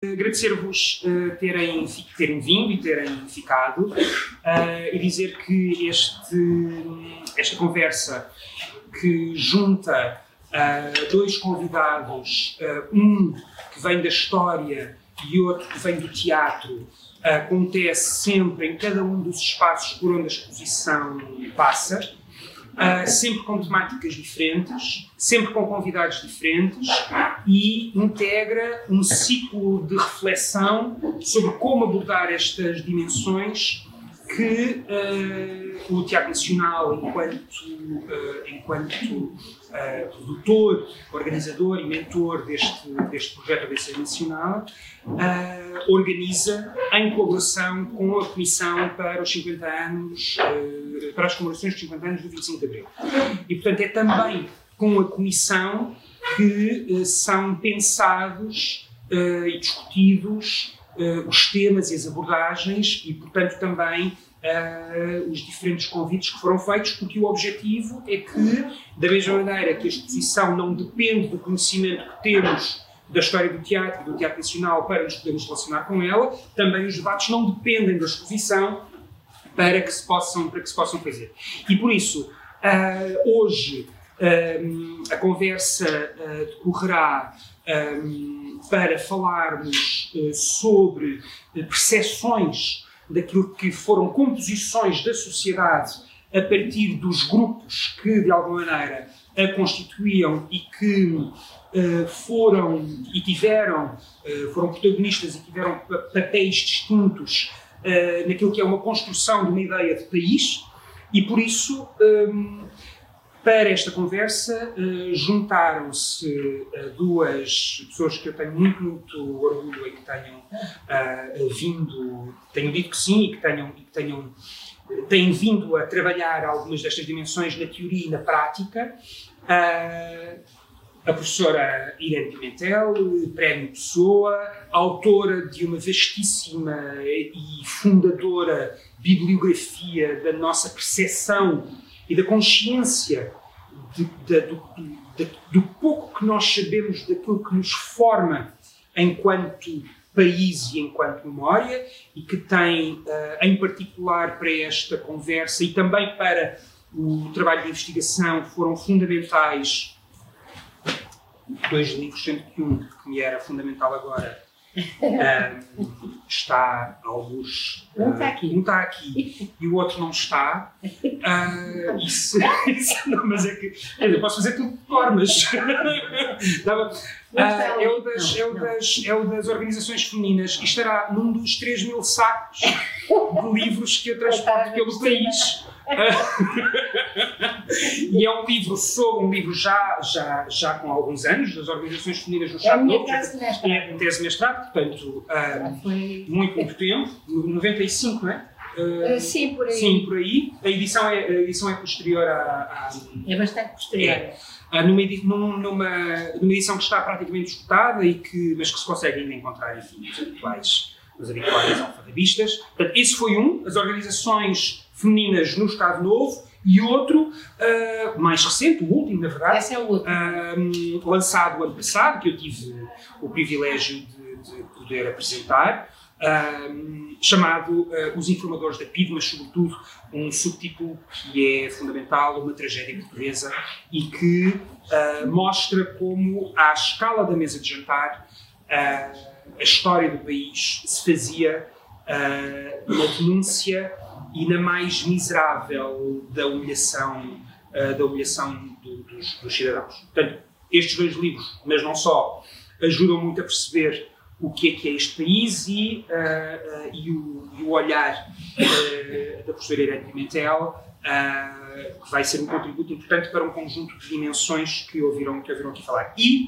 Agradecer-vos terem vindo e terem ficado e dizer que esta conversa que junta dois convidados, um que vem da história e outro que vem do teatro, acontece sempre em cada um dos espaços por onde a exposição passa, sempre com temáticas diferentes, sempre com convidados diferentes e integra um ciclo de reflexão sobre como abordar estas dimensões que o Teatro Nacional, enquanto produtor, organizador e mentor deste projeto ABC Nacional, organiza em colaboração com a Comissão para os 50 anos, para as comemorações dos 50 anos do 25 de Abril. E, portanto, é também com a Comissão que são pensados e discutidos os temas e as abordagens e, portanto, também os diferentes convites que foram feitos, porque o objetivo é que, da mesma maneira que a exposição não depende do conhecimento que temos da história do teatro e do Teatro Nacional para nos podermos relacionar com ela, também os debates não dependem da exposição para que se possam fazer. E por isso, hoje, a conversa decorrerá para falarmos sobre percepções daquilo que foram composições da sociedade a partir dos grupos que, de alguma maneira, a constituíam e que foram protagonistas e tiveram papéis distintos naquilo que é uma construção de uma ideia de país. E, por isso, para esta conversa, juntaram-se duas pessoas que eu tenho muito orgulho em que tenham vindo, tenham dito que sim e que têm vindo a trabalhar algumas destas dimensões na teoria e na prática. A professora Irene Pimentel, Prémio Pessoa, autora de uma vastíssima e fundadora bibliografia da nossa percepção e da consciência do pouco que nós sabemos daquilo que nos forma enquanto país e enquanto memória, e que tem, em particular para esta conversa e também para o trabalho de investigação, foram fundamentais dois livros, sendo que um que me era fundamental agora está alguns. Um está aqui e o outro não está. Não, mas é que eu posso fazer tudo de formas. É o das organizações femininas e estará num dos 3.000 sacos de livros que eu transporto pelo país. E é um livro já com alguns anos, das organizações femininas no Estado Novo. É a tese de mestrado, portanto, muito tempo, 95, não é? Sim, por aí. Sim, por aí. A edição é posterior à... É bastante posterior. Numa edição que está praticamente esgotada, mas que se consegue ainda encontrar, enfim, nos habituais alfarrabistas. Portanto, esse foi as organizações femininas no Estado Novo, e outro, mais recente, o último, na verdade. Esse é o último. Lançado ano passado, que eu tive o privilégio de poder apresentar, chamado Os Informadores da PIDE, mas sobretudo um subtítulo que é fundamental, uma tragédia portuguesa, e que mostra como, à escala da mesa de jantar, a história do país se fazia na denúncia e na mais miserável da humilhação dos cidadãos. Portanto, estes dois livros, mas não só, ajudam muito a perceber o que é este país e o olhar da professora Irene Pimentel, que vai ser um contributo importante para um conjunto de dimensões que ouviram aqui falar. E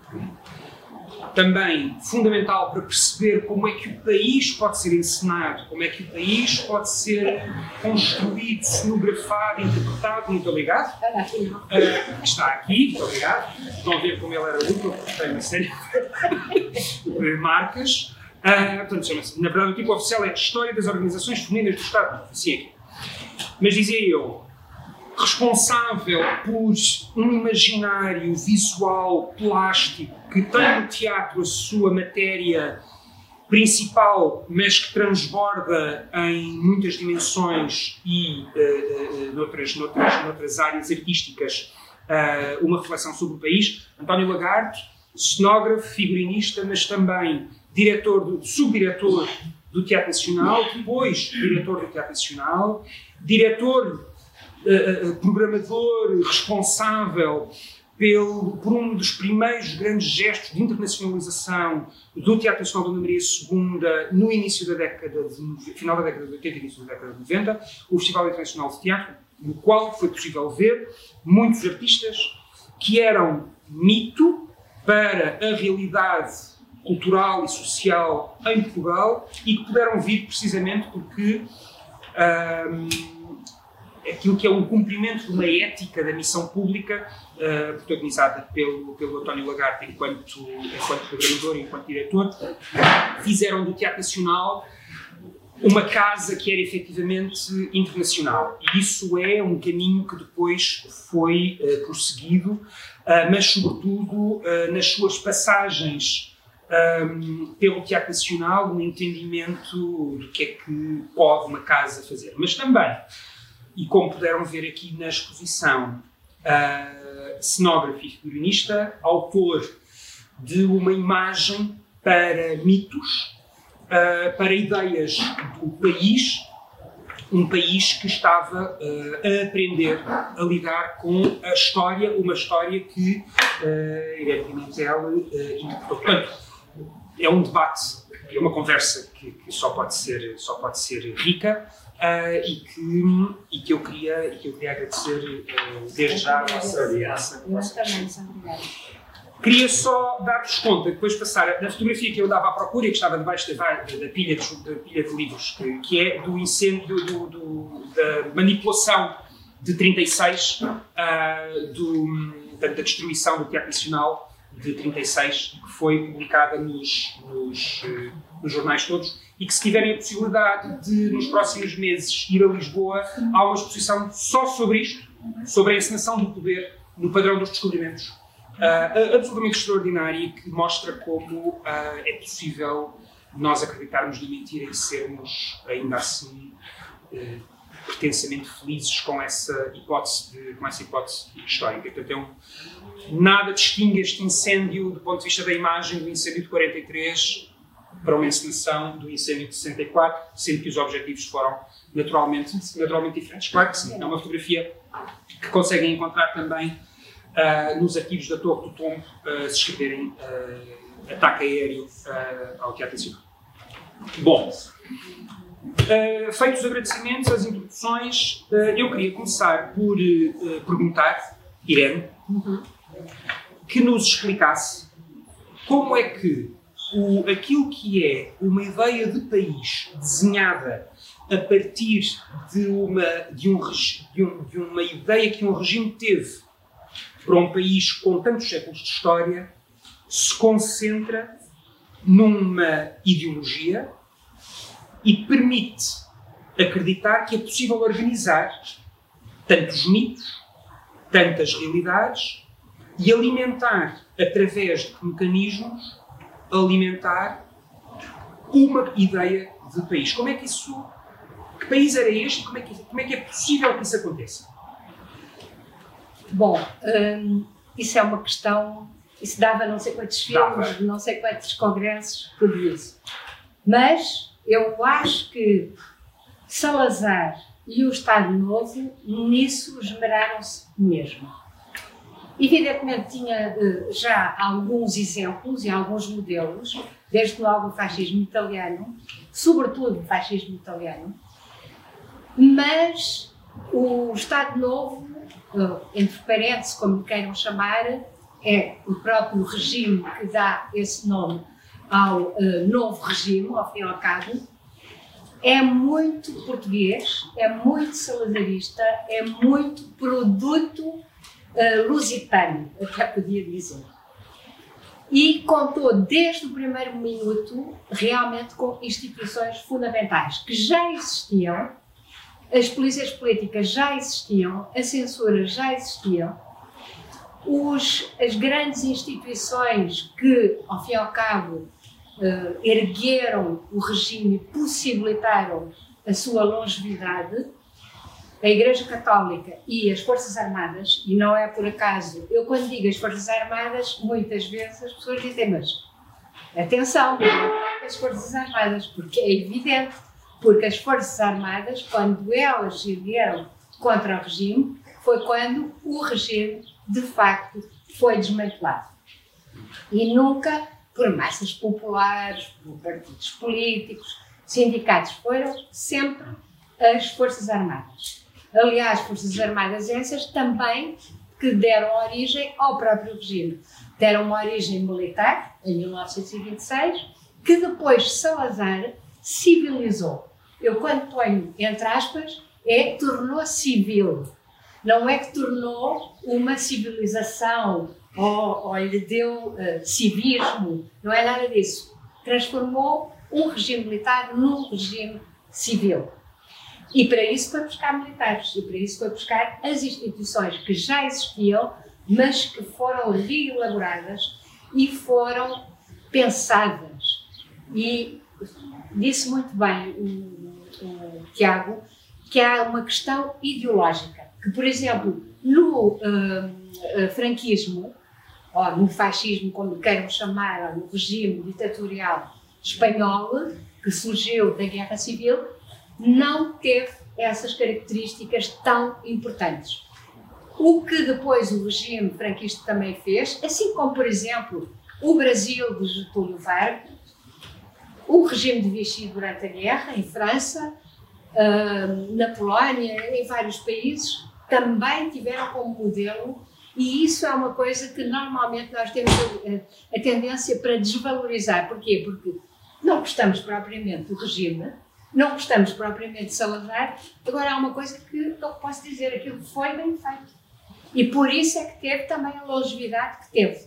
também fundamental para perceber como é que o país pode ser encenado, como é que o país pode ser construído, cenografado, interpretado. Muito obrigado. Está aqui, muito obrigado. Estão a ver como ele era útil, porque tem uma série de marcas. Portanto, chama-se, na verdade, o título oficial é História das Organizações Femininas do Estado. Assim aqui. Mas dizia eu, responsável por um imaginário visual, plástico, que tem no teatro a sua matéria principal, mas que transborda em muitas dimensões e noutras áreas artísticas uma reflexão sobre o país. António Lagarde, cenógrafo, figurinista, mas também subdiretor do Teatro Nacional, depois diretor do Teatro Nacional, programador responsável por um dos primeiros grandes gestos de internacionalização do Teatro Nacional Dona Maria II no início da final da década de 80 e início da década de 90, o Festival Internacional de Teatro, no qual foi possível ver muitos artistas que eram mito para a realidade cultural e social em Portugal e que puderam vir precisamente porque aquilo que é um cumprimento de uma ética da missão pública, protagonizada pelo António Lagarde enquanto programador e enquanto diretor, fizeram do Teatro Nacional uma casa que era efetivamente internacional. E isso é um caminho que depois foi prosseguido, mas sobretudo nas suas passagens pelo Teatro Nacional, um entendimento do que é que pode uma casa fazer. Mas também, e como puderam ver aqui na exposição, cenógrafo e figurinista, autor de uma imagem para mitos, para ideias do país, um país que estava a aprender a lidar com a história, uma história que Irene Pimentel interpretou. Portanto, é um debate, é uma conversa que só pode ser rica e que eu queria agradecer desde já a vossa audiência. Queria só dar-vos conta, depois de passar na fotografia que eu dava à procura e que estava debaixo da pilha de livros, que é do incêndio, da manipulação de 36, da destruição do Teatro Nacional de 36, que foi publicada nos jornais todos, e que, se tiverem a possibilidade de, nos próximos meses, ir a Lisboa, há uma exposição só sobre isto, sobre a encenação do poder no padrão dos descobrimentos, absolutamente extraordinária, que mostra como é possível nós acreditarmos na mentira e sermos, ainda assim, pretensamente felizes com essa hipótese histórica. Portanto, nada distingue este incêndio, do ponto de vista da imagem, do incêndio de 43 para uma encenação do incêndio de 64, sendo que os objetivos foram naturalmente diferentes. Claro que sim, é uma fotografia que conseguem encontrar também nos arquivos da Torre do Tombo, se escreverem ataque aéreo ao Teatro Nacional. Bom, feitos os agradecimentos, as introduções, eu queria começar por perguntar, Irene, que nos explicasse como é que aquilo que é uma ideia de país desenhada a partir de uma ideia que um regime teve para um país com tantos séculos de história, se concentra numa ideologia e permite acreditar que é possível organizar tantos mitos, tantas realidades e alimentar, através de mecanismos, uma ideia de país. Como é que que país era este? Como é que é possível que isso aconteça? Bom, isso é uma questão, isso dava não sei quantos filmes, não sei quantos congressos, tudo isso. Mas eu acho que Salazar e o Estado Novo nisso esmeraram-se mesmo. Evidentemente tinha já alguns exemplos e alguns modelos, desde logo o fascismo italiano, sobretudo o fascismo italiano, mas o Estado Novo, entre parênteses, como queiram chamar, é o próprio regime que dá esse nome ao novo regime, ao fim e ao cabo, é muito português, é muito salazarista, é muito produto lusitano, até podia dizer. E contou desde o primeiro minuto realmente com instituições fundamentais que já existiam, as polícias políticas já existiam, a censura já existiam, as grandes instituições que, ao fim e ao cabo, ergueram o regime e possibilitaram a sua longevidade, a Igreja Católica e as Forças Armadas, e não é por acaso, eu quando digo as Forças Armadas, muitas vezes as pessoas dizem, mas atenção, as Forças Armadas, porque é evidente, porque as Forças Armadas, quando elas se ergueram contra o regime, foi quando o regime, de facto, foi desmantelado. E nunca por massas populares, por partidos políticos, sindicatos, foram sempre as Forças Armadas. Aliás, Forças Armadas essas também que deram origem ao próprio regime. Deram uma origem militar, em 1926, que depois Salazar civilizou. Eu, quando ponho entre aspas, tornou civil. Não é que tornou uma civilização ou lhe deu civismo, não é nada disso. Transformou um regime militar num regime civil. E para isso foi buscar militares, e para isso foi buscar as instituições que já existiam, mas que foram reelaboradas e foram pensadas. E disse muito bem o Tiago que há uma questão ideológica, que, por exemplo, no franquismo, ou no fascismo, como queiram chamar, ou no regime ditatorial espanhol, que surgiu da Guerra Civil, não teve essas características tão importantes. O que depois o regime franquista também fez, assim como, por exemplo, o Brasil de Getúlio Vargas, o regime de Vichy durante a guerra, em França, na Polónia, em vários países, também tiveram como modelo, e isso é uma coisa que normalmente nós temos a tendência para desvalorizar. Porquê? Porque não gostamos propriamente do regime, não gostamos propriamente de Salazar, agora há uma coisa que eu posso dizer, aquilo foi bem feito. E por isso é que teve também a longevidade que teve.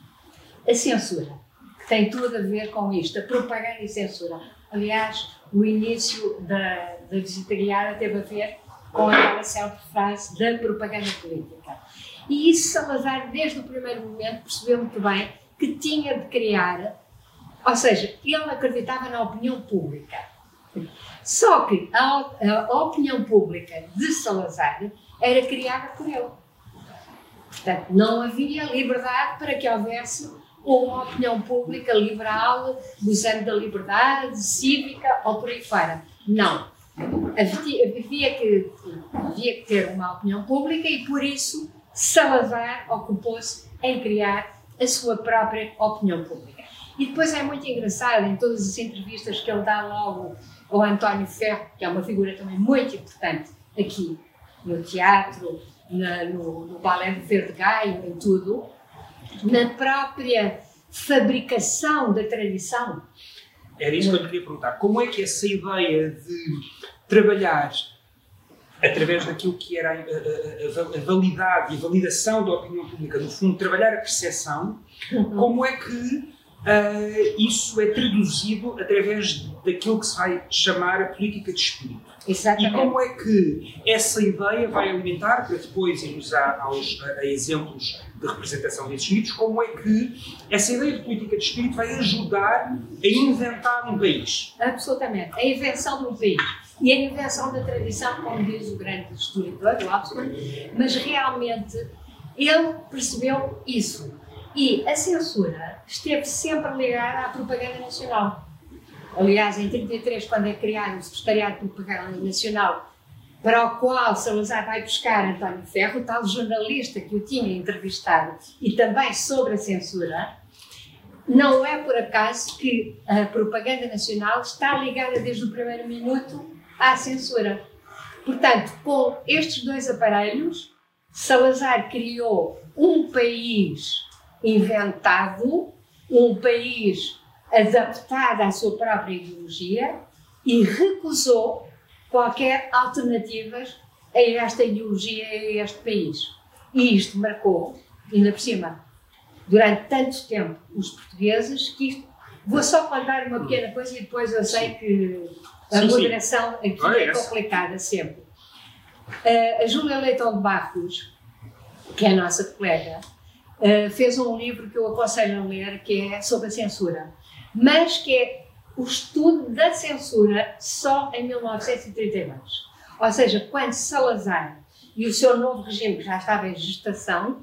A censura, que tem tudo a ver com isto, a propaganda e censura. Aliás, o início da visita guiada teve a ver com aquela célebre frase da propaganda política. E isso Salazar, desde o primeiro momento, percebeu muito bem que tinha de criar, ou seja, ele acreditava na opinião pública. Só que a opinião pública de Salazar era criada por ele. Portanto, não havia liberdade para que houvesse uma opinião pública liberal, gozando da liberdade cívica ou por aí fora. Não. Havia que ter uma opinião pública e, por isso, Salazar ocupou-se em criar a sua própria opinião pública. E depois é muito engraçado, em todas as entrevistas que ele dá logo ao António Ferro, que é uma figura também muito importante aqui no teatro, no Balé do Verde Gaio, em tudo, na própria fabricação da tradição. Era isso que eu lhe queria perguntar. Como é que essa ideia de trabalhar através daquilo que era a validade e a validação da opinião pública, no fundo, trabalhar a percepção, como é que isso é traduzido através daquilo que se vai chamar a política de espírito? Exatamente. E como é que essa ideia vai alimentar, para depois irmos a exemplos de representação desses mitos, como é que essa ideia de política de espírito vai ajudar a inventar um país? Absolutamente. A invenção de um país. E a invenção da tradição, como diz o grande historiador, o Hobsbawm, mas realmente ele percebeu isso. E a censura esteve sempre ligada à propaganda nacional. Aliás, em 1933, quando é criado o Secretariado de Propaganda Nacional, para o qual Salazar vai buscar António Ferro, o tal jornalista que o tinha entrevistado, e também sobre a censura, não é por acaso que a propaganda nacional está ligada desde o primeiro minuto à censura. Portanto, com estes dois aparelhos, Salazar criou um país inventado, um país adaptado à sua própria ideologia e recusou qualquer alternativas a esta ideologia e a este país. E isto marcou, ainda por cima, durante tanto tempo, os portugueses, que isto... Vou só contar uma pequena coisa e depois eu sei que a moderação aqui é complicada sempre. A Júlia Leitão de Barros, que é a nossa colega, fez um livro que eu aconselho a ler, que é sobre a censura. mas que é o estudo da censura só em 1932. Ou seja, quando Salazar e o seu novo regime, que já estava em gestação,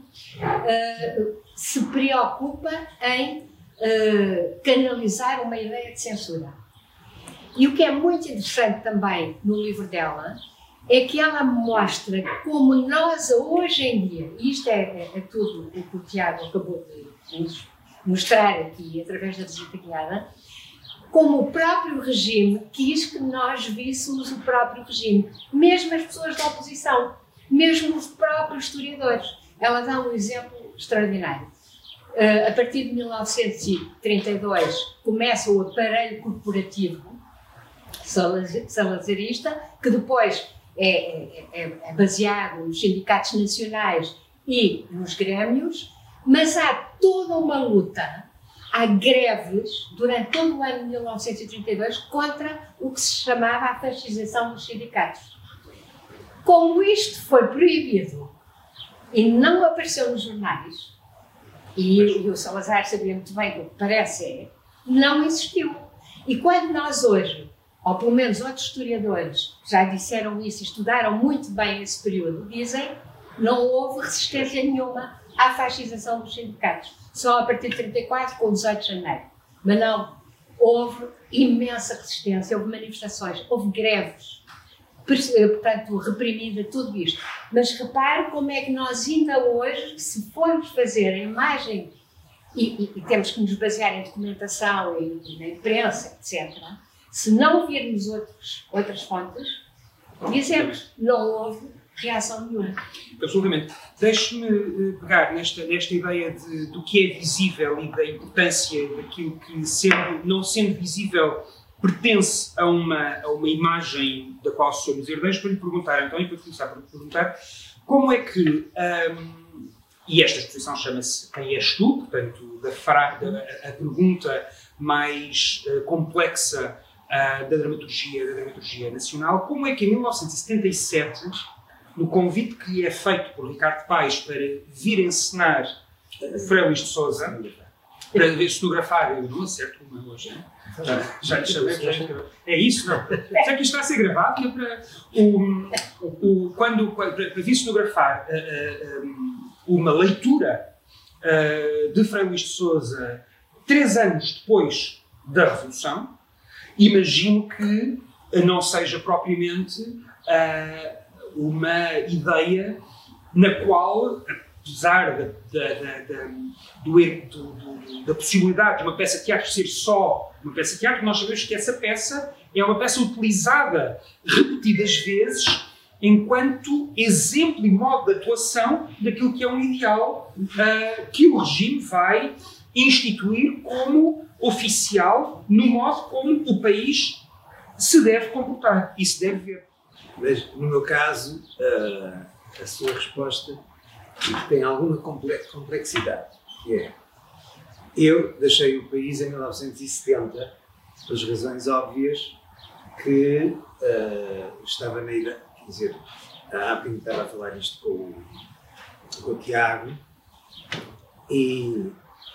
se preocupa em canalizar uma ideia de censura. E o que é muito interessante também no livro dela é que ela mostra como nós hoje em dia, e isto é tudo o que o Tiago acabou de nos mostrar aqui através da visita guiada, como o próprio regime quis que nós víssemos o próprio regime, mesmo as pessoas da oposição, mesmo os próprios historiadores. Ela dá um exemplo extraordinário. A partir de 1932 começa o aparelho corporativo salazarista, que depois é baseado nos sindicatos nacionais e nos grêmios, mas há toda uma luta, há greves durante todo o ano de 1932 contra o que se chamava a fascização dos sindicatos. Como isto foi proibido e não apareceu nos jornais, e o Salazar sabia muito bem que o que parece não existiu. E quando nós hoje, ou pelo menos outros historiadores já disseram isso e estudaram muito bem esse período, dizem que não houve resistência nenhuma à fascização dos sindicatos. Só a partir de 1934, com o 18 de janeiro. Mas não, houve imensa resistência, houve manifestações, houve greves, portanto, reprimida tudo isto. Mas repare como é que nós ainda hoje, se formos fazer a imagem, e temos que nos basear em documentação e na imprensa, etc., se não virmos outras fontes, dizemos não houve reação nenhuma. Absolutamente. Deixe-me pegar nesta ideia do que é visível e da importância daquilo que, não sendo visível, pertence a uma imagem da qual somos herdeiros, para lhe perguntar, então, e para começar por lhe perguntar, como é que, e esta exposição chama-se Quem és tu? Portanto, a pergunta mais complexa da dramaturgia nacional, como é que em 1977, no convite que lhe é feito por Ricardo Paes para vir encenar Frei Luís de Sousa, para ver cenografar, eu não acerto uma hoje, né? Já lhe sabemos, é isso, não? Será que isto está a ser gravado? Que é para vir cenografar uma leitura de Frei Luís de Sousa 3 anos depois da Revolução, imagino que não seja propriamente uma ideia na qual, apesar da possibilidade de uma peça de teatro ser só uma peça de teatro, nós sabemos que essa peça é uma peça utilizada repetidas vezes enquanto exemplo e modo de atuação daquilo que é um ideal que o regime vai instituir como oficial no modo como o país se deve comportar e se deve ver. Mas, no meu caso, a sua resposta tem alguma complexidade, que é: eu deixei o país em 1970, pelas razões óbvias que estava na idade, quer dizer, há bocadinho estava a falar isto com o Tiago, e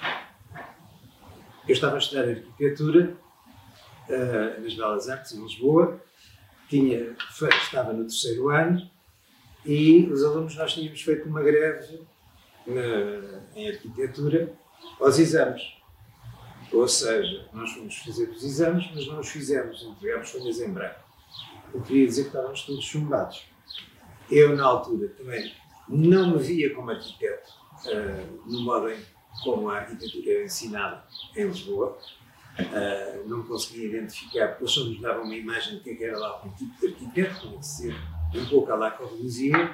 eu estava a estudar arquitetura nas Belas Artes, em Lisboa, estava no 3º ano, e os alunos, nós tínhamos feito uma greve em arquitetura aos exames. Ou seja, nós fomos fazer os exames, mas não os fizemos, entregámos folhas em branco. Eu queria dizer que estávamos todos chumbados. Eu, na altura, também não me via como arquiteto, no modo como a arquitetura era ensinada em Lisboa. Não conseguia identificar, porque eles só nos davam uma imagem de que era lá um tipo de arquiteto, tinha que ser um pouco a lá Corbusier,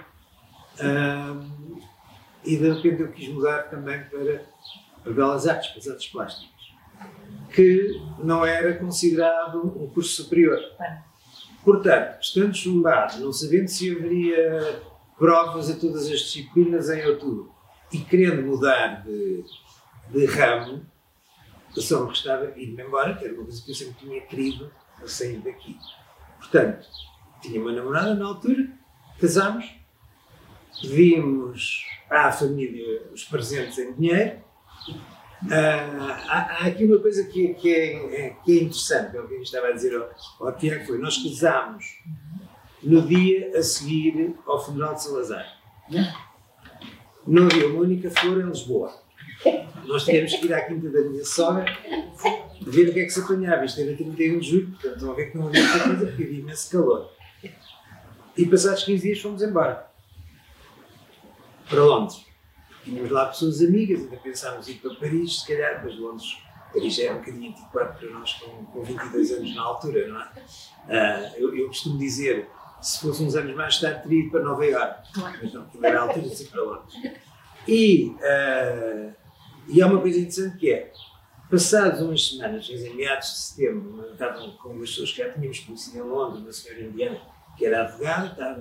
e de repente eu quis mudar também para Belas Artes, para as artes plásticas, que não era considerado um curso superior. Portanto, estando chumbado, não sabendo se haveria provas a todas as disciplinas em outubro e querendo mudar de ramo, eu só me restava ir-me embora, que era uma coisa que eu sempre tinha querido a sair daqui. Portanto, tinha uma namorada na altura, casámos, pedimos à família os presentes em dinheiro Há aqui uma coisa que é interessante, é o que eu estava a dizer ao Tiago, foi, nós casámos no dia a seguir ao funeral de Salazar. Não havia uma única flor em Lisboa. Nós tivemos que ir à quinta da minha sogra ver o que é que se apanhava. Isto era 31 de julho, portanto estão a ver que não havia muita coisa porque havia imenso calor. E passados 15 dias fomos embora. Para Londres. Tínhamos lá pessoas amigas, ainda pensámos em ir para Paris, se calhar, mas Paris já era um bocadinho antiquado para nós com 22 anos na altura, não é? Eu costumo dizer, se fosse uns anos mais tarde, teria ido para Nova Iorque, mas não, aquilo era a altura de ir para Londres. E há uma coisa interessante que é, passados umas semanas, em meados de setembro, estavam com umas pessoas que já tínhamos conhecido em Londres, uma senhora indiana, que era advogada,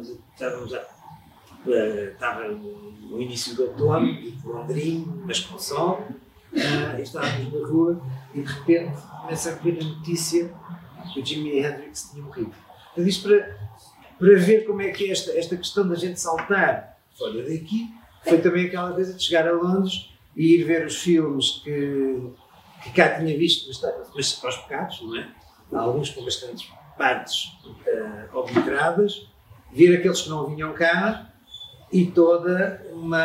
estava no início do outono, de Londrino, mas com sol, e estávamos na rua e de repente começa a ver a notícia que o Jimi Hendrix tinha morrido. Portanto, isto para ver como é que é esta questão da gente saltar fora daqui, foi também aquela coisa de chegar a Londres e ir ver os filmes que cá tinha visto, mas aos bocados, não é? Há alguns com bastantes partes obliteradas, ver aqueles que não vinham cá e toda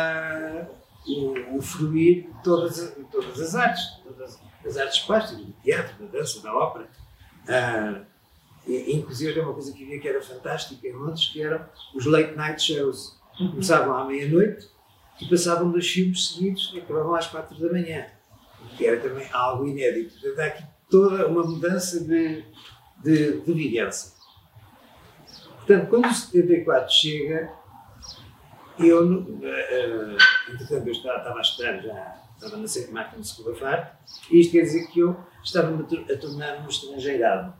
o fruir de todas as artes, as artes plásticas, do teatro, da dança, da ópera. Inclusive, era uma coisa que havia que era fantástica em Londres, que eram os late night shows. Começavam à meia-noite e passavam 2 filmes seguidos e acabavam às 4 da manhã, que era também algo inédito. Portanto, há aqui toda uma mudança de vivência. Portanto, quando o 74 chega, entretanto, eu estava a estudar, já estava na 7ª máquina de segunda fase, e isto quer dizer que eu estava-me a tornar-me estrangeirado.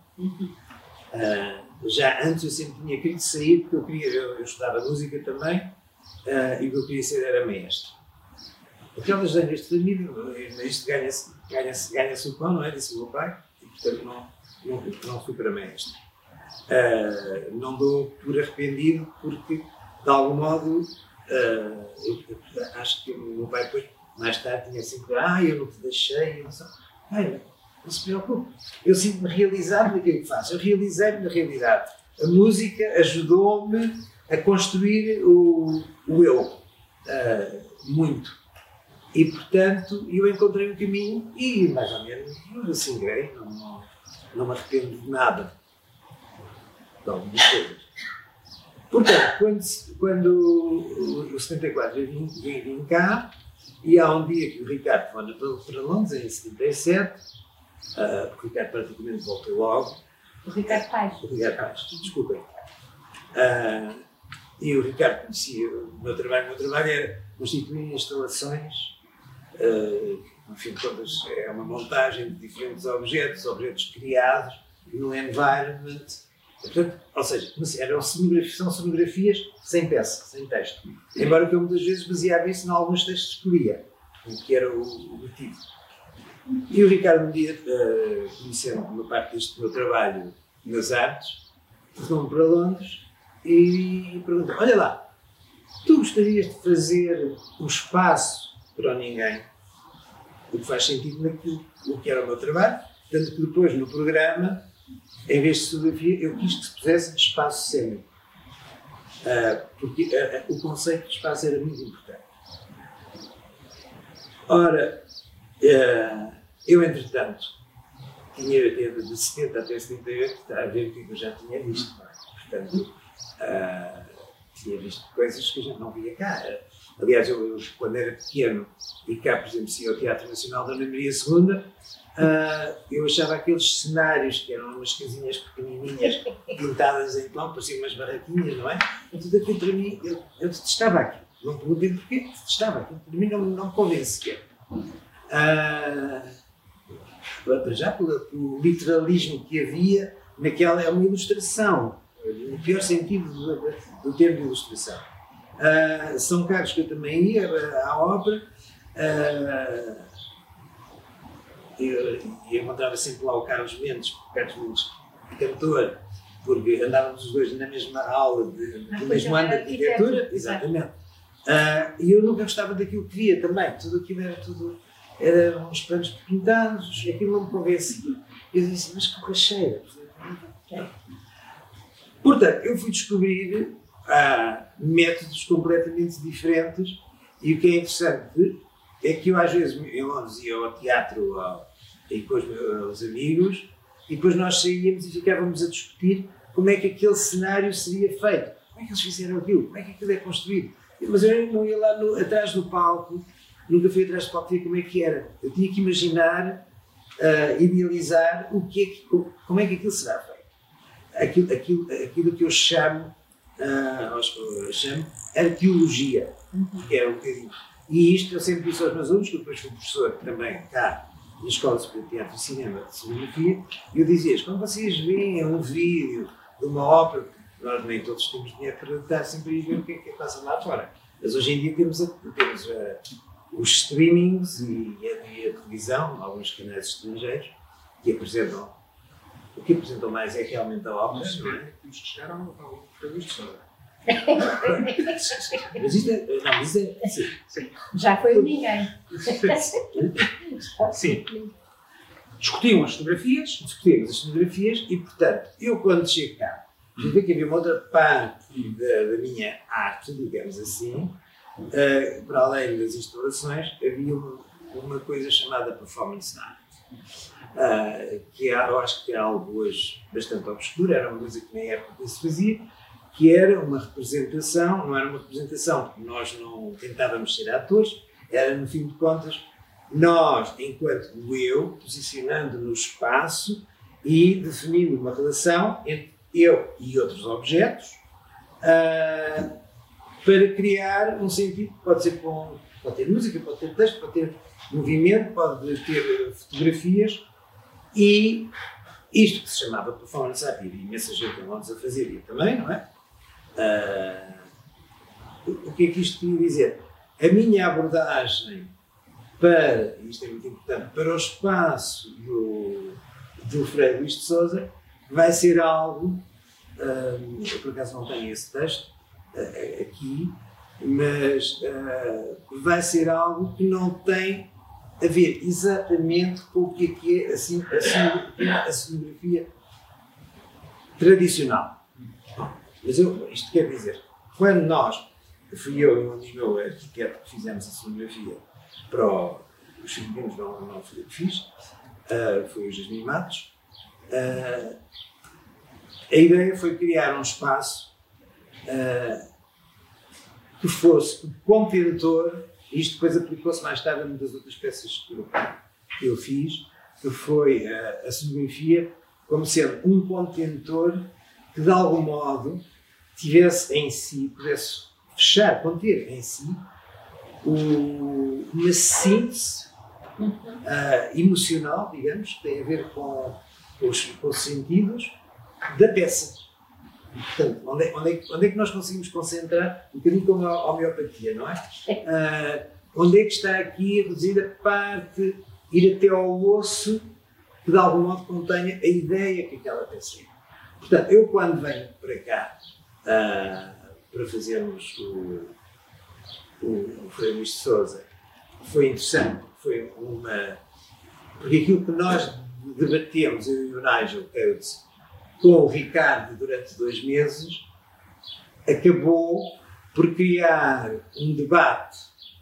Já antes eu sempre tinha querido sair, porque eu estudava música também, e o que eu queria ser era maestro. Aquelas zangas de família, isto ganha-se o pão, não é? Disse o meu pai, e portanto não fui para maestro. Não dou por arrependido, porque de algum modo eu acho que o meu pai depois, mais tarde, tinha sempre eu não te deixei, não se preocupe, eu sinto-me realizado naquilo que faço, eu realizei-me na realidade. A música ajudou-me a construir o eu, muito. E, portanto, eu encontrei um caminho e, mais ou menos, assim, não me arrependo de nada. De algumas coisas. Portanto, quando o 74 vim cá, e há um dia que o Ricardo manda para Londres, em 77, porque o Ricardo praticamente voltou logo. O Ricardo Paes. O Ricardo Paes, desculpem. E o Ricardo conhecia o meu trabalho. O meu trabalho era constituir instalações, enfim, todas, é uma montagem de diferentes objetos criados no environment. Portanto, ou seja, são cenografias sem peça, sem texto. Embora que eu muitas vezes baseava isso em alguns textos que lia, que era o motivo. E o Ricardo um dia, conhecendo uma parte deste meu trabalho nas artes, levou-me para Londres e perguntou: olha lá, tu gostarias de fazer um espaço para o ninguém? O que faz sentido naquilo que era o meu trabalho, tanto que depois no programa, em vez de fotografia, eu quis que se pusesse de espaço cênico. Porque o conceito de espaço era muito importante. Ora, eu entretanto, tinha de 70 até 78, está a ver o que eu já tinha visto. Portanto, tinha visto coisas que a gente não via cá. Aliás, eu quando era pequeno, e cá, por exemplo, ia ao Teatro Nacional da Ana Maria II, eu achava aqueles cenários que eram umas casinhas pequenininhas pintadas em pão, pareciam umas barraquinhas, não é? E tudo aquilo para mim, eu detestava aquilo. Não perguntei porquê, detestava aquilo. Para mim não me convencia. Já pelo literalismo que havia naquela, é uma ilustração, no pior sentido do termo de ilustração. São Carlos, que eu também ia à ópera, e encontrava sempre lá o Carlos Mendes, cantor, porque andávamos os dois na mesma aula do mesmo ano de arquitetura, exatamente. E eu nunca gostava daquilo que via também, tudo aquilo era tudo eram uns panos pintados, aquilo não me convencia. Eu disse, mas que borracheira. Portanto, eu fui descobrir métodos completamente diferentes e o que é interessante é que eu às vezes em Londres ia ao teatro e com os meus amigos e depois nós saíamos e ficávamos a discutir como é que aquele cenário seria feito, como é que eles fizeram aquilo, como é que aquilo é construído. Mas eu não ia lá atrás do palco, nunca fui atrás do palco ver como é que era. Eu tinha que imaginar, idealizar como é que aquilo será feito. Aquilo que eu chamo arqueologia, que é um bocadinho. E isto eu sempre disse aos meus alunos, que depois fui professor também cá na Escola Superior de Teatro e Cinema de Cenografia, e eu dizia-lhes, quando vocês veem um vídeo de uma ópera, nós nem todos temos dinheiro para estar sempre a ver o que é que passa lá fora. Mas hoje em dia temos os streamings e a televisão, alguns canais estrangeiros, que apresentam. O que apresentam mais é realmente a ópera. Temos que chegar ao Frederico de Sousa. Mas isto é. Sim. Já foi o ninguém. Sim. Discutiam as fotografias. Discutimos as fotografias e, portanto, eu quando chego cá, já vi que havia uma outra parte da minha arte, digamos assim, para além das instalações, havia uma coisa chamada performance art. Que eu acho que é algo hoje bastante obscuro, era uma coisa que na época se fazia, que era uma representação, não era uma representação porque nós não tentávamos ser atores, era no fim de contas nós, enquanto eu, posicionando no espaço e definindo uma relação entre eu e outros objetos para criar um sentido, pode ter música, pode ter texto, pode ter movimento, pode ter fotografias. E isto que se chamava performance art, e imensa gente em Londres a fazer também, não é? O que é que isto queria dizer? A minha abordagem para, isto é muito importante, para o espaço do Frei Luís de Sousa vai ser algo, eu por acaso não tenho esse texto aqui, mas vai ser algo que não tem a ver exatamente com o que é a cenografia tradicional. Mas isto quer dizer, quando fui eu e um amigo meu arquiteto que fizemos a cenografia para os Filipinos, não fui eu que fiz, foi o Jasmine Matos, a ideia foi criar um espaço que fosse contentor. Isto depois aplicou-se mais tarde a muitas outras peças que eu fiz, que foi a cenografia como sendo um contentor que de algum modo tivesse em si, pudesse conter em si uma síntese emocional, digamos, que tem a ver com os sentidos da peça. Portanto, onde é que nós conseguimos concentrar um bocadinho como a homeopatia, não é? Onde é que está aqui a reduzida parte, ir até ao osso, que de algum modo contenha a ideia que aquela peça é. Portanto, eu quando venho para cá para fazermos o Frei Luís de Sousa, foi interessante, porque aquilo que nós debatemos, eu e o Nigel Coates, com o Ricardo durante 2 meses, acabou por criar um debate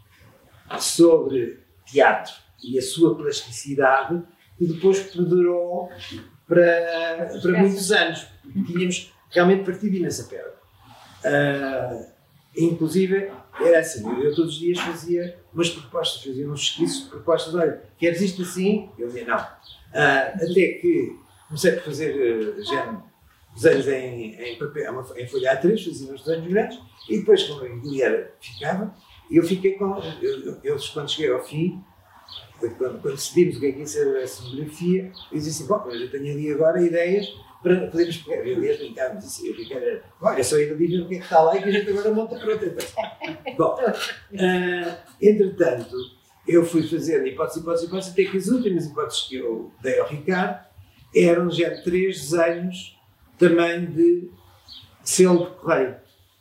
sobre teatro e a sua plasticidade que depois perdurou para muitos anos. Tínhamos realmente partido imensa pedra. Inclusive, era assim, eu todos os dias fazia umas propostas, fazia uns escritos de propostas, olha, queres isto assim? Eu dizia não. Até que comecei por fazer desenhos em papel, em folha A3, fazia uns desenhos grandes, e depois, como a Guilherme ficava, eu fiquei com. Quando cheguei ao fim, quando decidimos o que é que ia ser a cenografia, eu disse assim: bom, eu tenho ali agora ideias para podermos pegar. Eu aliás brincava, disse eu fiquei, olha, só ir ali ver o que é que está lá e que a gente agora monta para outra coisa. Bom, entretanto, eu fui fazendo hipótese, até que as últimas hipóteses que eu dei ao Ricardo eram já 3 desenhos também de selo de correio.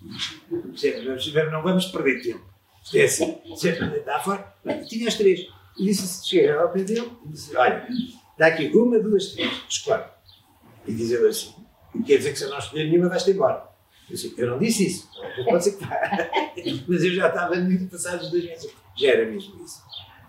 Não vamos perder tempo. É assim, sempre está fora. Tinha as 3. e disse, cheguei ao pé dele e disse, olha, dá aqui 1, 2, 3, escolhe. E diz ele assim, quer dizer que se eu não escolher nenhuma vais-te embora. Eu disse, eu não disse isso, pode ser que vá. Mas eu já estava muito passado os 2 meses. Já era mesmo isso.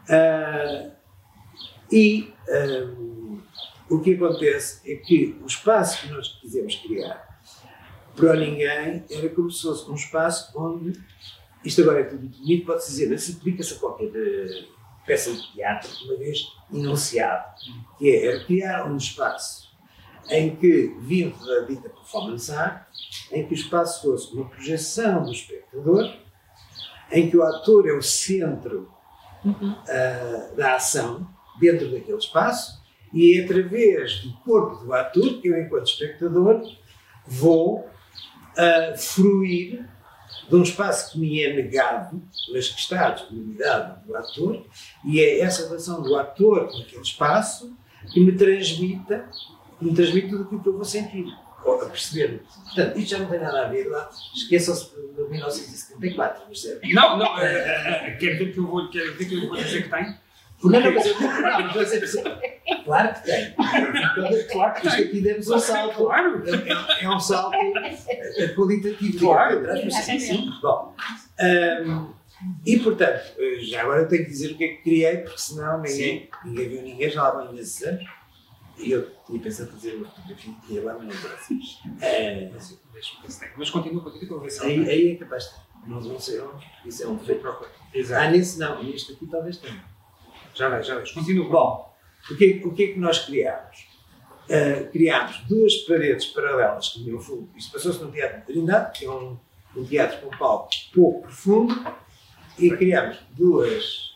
O que acontece é que o espaço que nós quisemos criar para ninguém era como se fosse um espaço onde, isto agora é tudo bonito, pode-se dizer, mas se aplica-se a qualquer peça de teatro, uma vez enunciado, que era criar um espaço em que, vindo da dita performance art, em que o espaço fosse uma projeção do espectador, em que o ator é o centro da ação dentro daquele espaço, e é através do corpo do ator que eu, enquanto espectador, vou fruir de um espaço que me é negado, mas que está à disponibilidade do ator, e é essa relação do ator com aquele espaço que me transmite tudo aquilo que eu vou sentir, ou a perceber. Portanto, isto já não tem nada a ver lá. Esqueçam-se de 1974, mas sério. Não, quer ver que eu vou dizer que tem? Não, mas eu estou a dizer, claro que tem. Claro que isto aqui demos um salto. Claro. É um salto qualitativo. Claro. Sim. Bom, e portanto, já agora eu tenho que dizer o que é que criei, porque senão ninguém viu ninguém, já lá vão imensos anos. E eu tinha pensado fazer uma fotografia que ia lá, mas não trouxe. Mas continua que eu vou ver. Aí é capaz de estar. Não sei onde, isso é um defeito. Exato. Nesse não, este aqui talvez tenha. Já vejo. Continua. Bom, o que é que nós criámos? Criámos 2 paredes paralelas que tinham fundo. Isto passou-se no Teatro de Trindade, que é um teatro com palco pouco profundo, e criámos 2.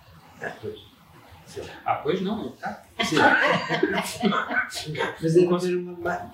Pois não, tá? Sim. Mas é fazer uma maior.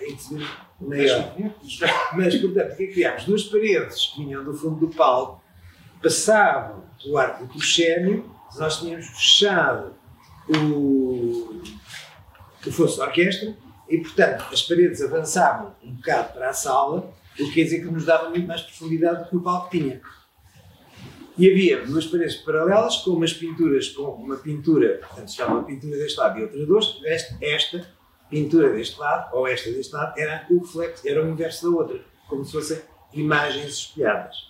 Mas, portanto, o que é que criámos? 2 paredes que vinham do fundo do palco, passavam do arco do proscénio. Nós tínhamos fechado o fosso da orquestra e, portanto, as paredes avançavam um bocado para a sala, o que quer dizer que nos dava muito mais profundidade do que o palco tinha. E havia 2 paredes paralelas com umas pinturas, com uma pintura, portanto, se chama uma pintura deste lado e outra do outro. Esta pintura deste lado, ou esta deste lado, era o reflexo, era o inverso da outra, como se fossem imagens espelhadas.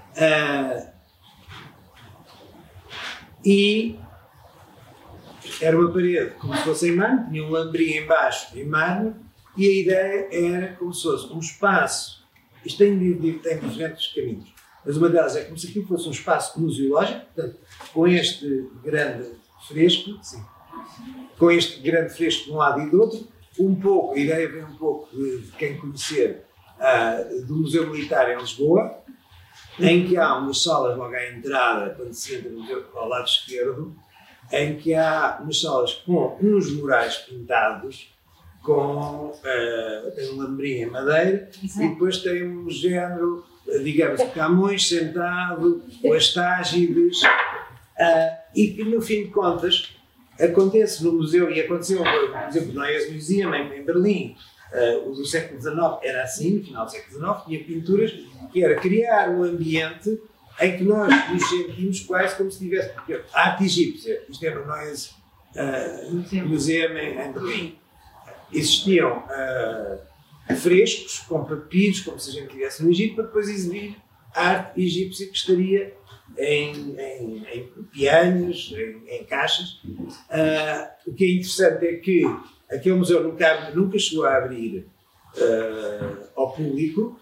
E era uma parede como se fosse em mármore, tinha um lambrim em baixo em mármore, e a ideia era como se fosse um espaço. Isto tem diferentes caminhos, mas uma delas é como se aquilo fosse um espaço museológico, portanto, com este grande fresco, de um lado e do outro, a ideia vem um pouco de quem conhecer do Museu Militar em Lisboa, em que há umas salas logo à entrada, quando se entra no museu, ao lado esquerdo, em que há umas salas com uns murais pintados, tem um lambrim em madeira, e depois tem um género, digamos, de Camões sentado, ou as Tágides, e que, no fim de contas, acontece no museu, e aconteceu, por exemplo, no Neues Museum, em Berlim, o do século XIX era assim, no final do século XIX, tinha pinturas que era criar um ambiente em que nós nos sentimos quase como se tivesse a arte egípcia. Isto é no Neues Museum em Berlim. Existiam frescos com papiros, como se a gente estivesse no Egito, para depois exibir a arte egípcia que estaria em pianos, em caixas. O que é interessante é que aquele museu nunca chegou a abrir ao público,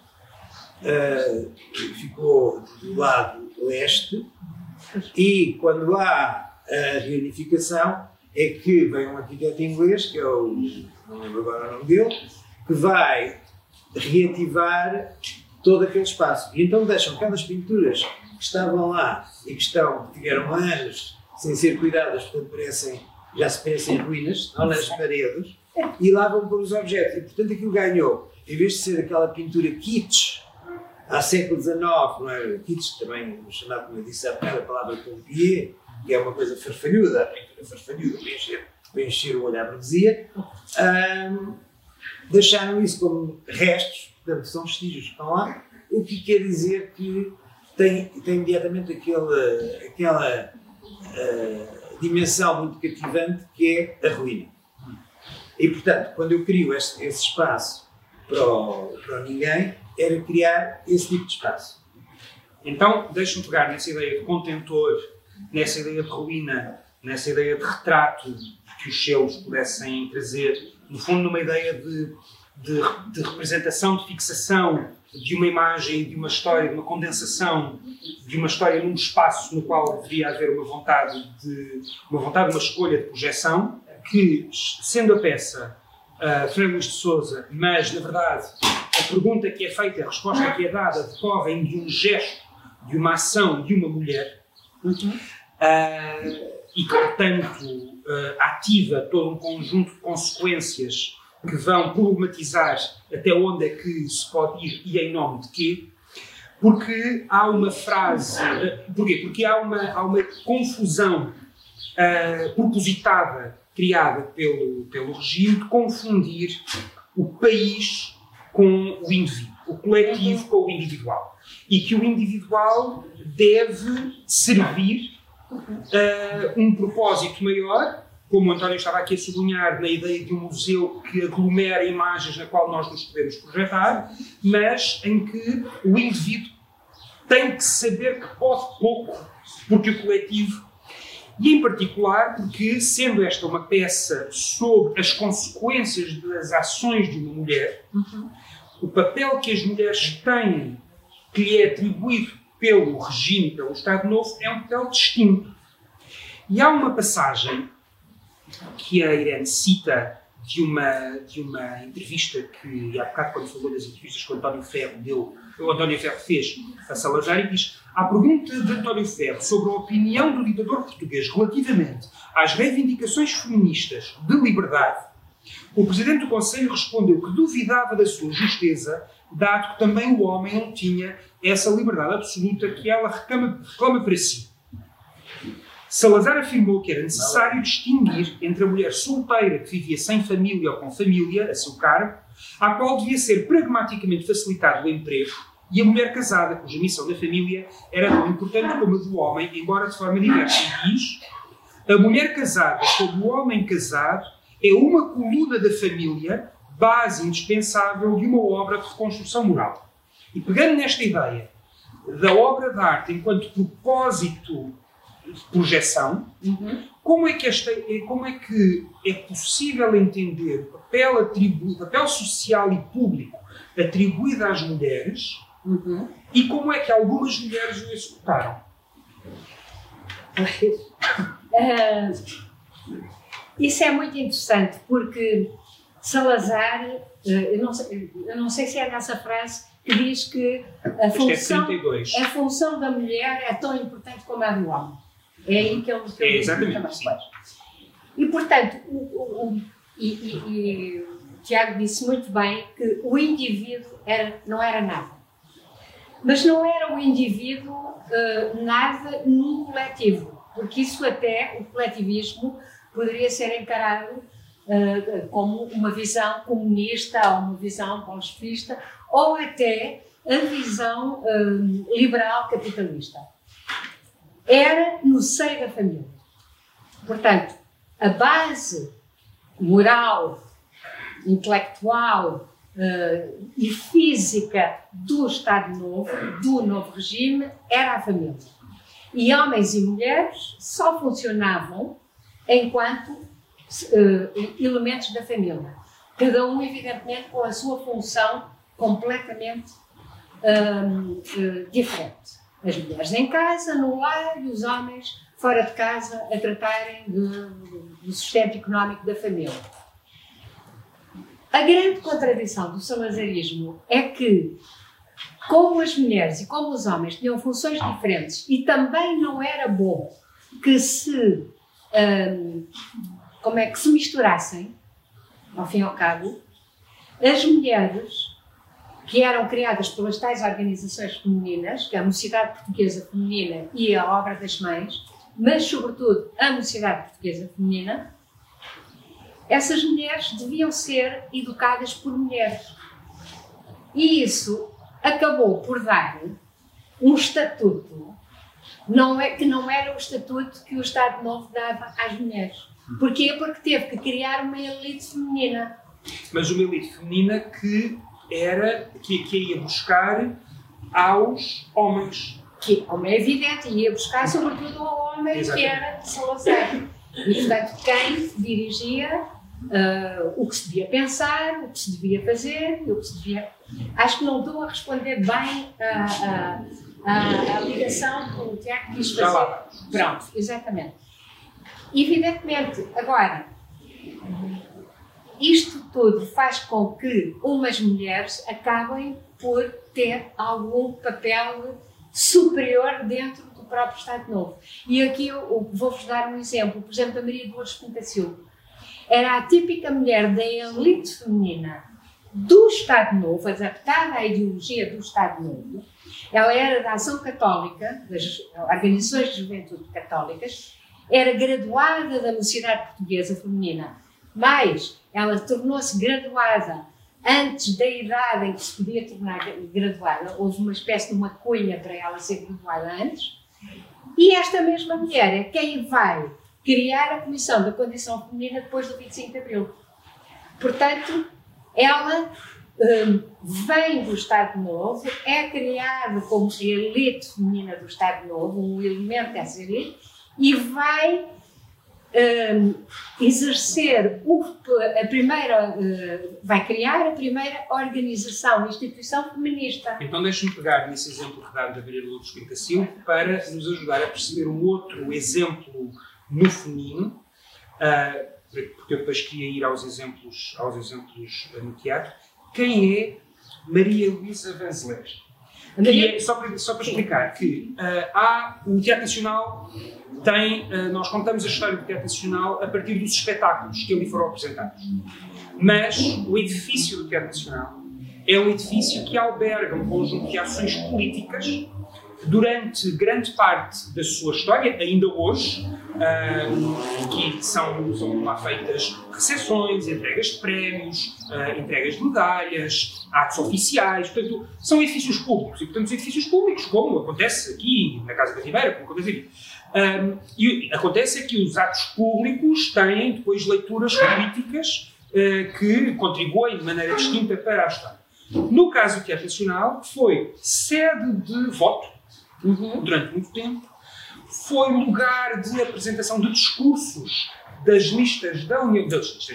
ficou do lado leste, e quando há a reunificação é que vem um arquiteto inglês, que é não lembro agora o nome dele, que vai reativar todo aquele espaço. E então deixam aquelas pinturas que estavam lá e que tiveram anos sem ser cuidadas, portanto já se parecem ruínas, estão nas paredes, e lá vão pôr os objetos. E portanto aquilo ganhou, em vez de ser aquela pintura kitsch, há século XIX, não é? Kitsch também chamado, como eu disse há bocado, a palavra pompier, que é uma coisa farfalhuda, a pintura farfalhuda, para encher o olho à burguesia, deixaram isso como restos, portanto são vestígios que estão lá, o que quer dizer que tem imediatamente aquela dimensão muito cativante que é a ruína. E, portanto, quando eu crio esse espaço para o ninguém, era criar esse tipo de espaço. Então, deixa-me pegar nessa ideia de contentor, nessa ideia de ruína, nessa ideia de retrato que os selos pudessem trazer, no fundo, numa ideia de representação, de fixação de uma imagem, de uma história, de uma condensação de uma história num espaço no qual deveria haver uma vontade, uma escolha de projeção, que, sendo a peça Frei Luís de Sousa, mas, na verdade, a pergunta que é feita, a resposta que é dada, decorrem de um gesto, de uma ação de uma mulher, e que, portanto, ativa todo um conjunto de consequências que vão problematizar até onde é que se pode ir e em nome de quê, porque há uma frase... Porquê? Porque há uma confusão propositada, criada pelo regime, de confundir o país com o indivíduo, o coletivo com o individual. E que o individual deve servir um propósito maior, como o António estava aqui a sublinhar, na ideia de um museu que aglomera imagens na qual nós nos podemos projetar, mas em que o indivíduo tem que saber que pode pouco, porque o coletivo, e em particular porque, sendo esta uma peça sobre as consequências das ações de uma mulher, o papel que as mulheres têm, que lhe é atribuído pelo regime, pelo Estado Novo, é um papel distinto. E há uma passagem que a Irene cita de uma entrevista que, há bocado, quando falou das entrevistas que o António Ferro fez a Salazar, e diz: à pergunta de António Ferro sobre a opinião do ditador português relativamente às reivindicações feministas de liberdade, o Presidente do Conselho respondeu que duvidava da sua justeza, dado que também o homem não tinha essa liberdade absoluta que ela reclama para si. Salazar afirmou que era necessário distinguir entre a mulher solteira que vivia sem família ou com família, a seu cargo, à qual devia ser pragmaticamente facilitado o emprego, e a mulher casada, cuja missão na família era tão importante como a do homem, embora de forma diversa. E diz: a mulher casada, como o homem casado, é uma coluna da família, base indispensável de uma obra de reconstrução moral. E pegando nesta ideia da obra de arte enquanto propósito de projeção, como é que é possível entender o papel social e público atribuído às mulheres, e como é que algumas mulheres o executaram? Isso é muito interessante, porque Salazar, eu não sei se é nessa frase que diz que a função da mulher é tão importante como a do homem. É aí que ele exatamente. E, portanto, o Tiago disse muito bem que o indivíduo não era nada. Mas não era o indivíduo nada no coletivo, porque isso até, o coletivismo, poderia ser encarado como uma visão comunista, ou uma visão bolchevista, ou até a visão liberal capitalista. Era no seio da família. Portanto, a base moral, intelectual e física do Estado Novo, do novo regime, era a família. E homens e mulheres só funcionavam enquanto elementos da família. Cada um, evidentemente, com a sua função completamente diferente. As mulheres em casa, no lar, e os homens fora de casa a tratarem do sustento económico da família. A grande contradição do salazarismo é que, como as mulheres e como os homens tinham funções diferentes, e também não era bom que se misturassem, ao fim e ao cabo, as mulheres que eram criadas pelas tais organizações femininas, que é a Mocidade Portuguesa Feminina e a Obra das Mães, mas, sobretudo, a Mocidade Portuguesa Feminina, essas mulheres deviam ser educadas por mulheres. E isso acabou por dar um estatuto que não era o estatuto que o Estado Novo dava às mulheres. Porquê? Porque teve que criar uma elite feminina. Mas uma elite feminina que ia buscar aos homens. Que, como é evidente, ia buscar sobretudo ao homem. Exatamente. Que era Salazar. E, portanto, quem dirigia o que se devia pensar, o que se devia fazer, o que se devia... Acho que não estou a responder bem a ligação que o Tiago quis fazer. Pronto, exatamente. Evidentemente, agora, isto tudo faz com que umas mulheres acabem por ter algum papel superior dentro do próprio Estado Novo. E aqui eu vou-vos dar um exemplo. Por exemplo, a Maria de Lourdes Pinto da Silva. Era a típica mulher da elite feminina do Estado Novo, adaptada à ideologia do Estado Novo. Ela era da Ação Católica, das organizações de juventude católicas, era graduada da Mocidade Portuguesa Feminina, mas ela tornou-se graduada antes da idade em que se podia tornar graduada. Houve uma espécie de uma cunha para ela ser graduada antes. E esta mesma mulher é quem vai criar a Comissão da Condição Feminina depois do 25 de Abril. Portanto, ela vem do Estado Novo, é criada como elite feminina do Estado Novo, um elemento dessa elite, e vai exercer vai criar a primeira organização, instituição feminista. Então deixe-me pegar nesse exemplo que dá da Maria de Lourdes Pinto da Silva para nos ajudar a perceber um outro exemplo no feminino, porque eu depois queria ir aos exemplos no teatro. Quem é Maria Luísa Vanzeler? Só para explicar que o Teatro Nacional nós contamos a história do Teatro Nacional a partir dos espetáculos que ali foram apresentados. Mas o edifício do Teatro Nacional é um edifício que alberga um conjunto de ações políticas durante grande parte da sua história, ainda hoje, que são lá feitas recepções, entregas de prémios, entregas de medalhas, atos oficiais, portanto, são edifícios públicos. E, portanto, os edifícios públicos, como acontece aqui na Casa da Ribeira, como acontece aqui, e acontece é que os atos públicos têm depois leituras políticas que contribuem de maneira distinta para a história. No caso do Teatro Nacional, foi sede de voto, durante muito tempo, foi lugar de apresentação de discursos das listas da União,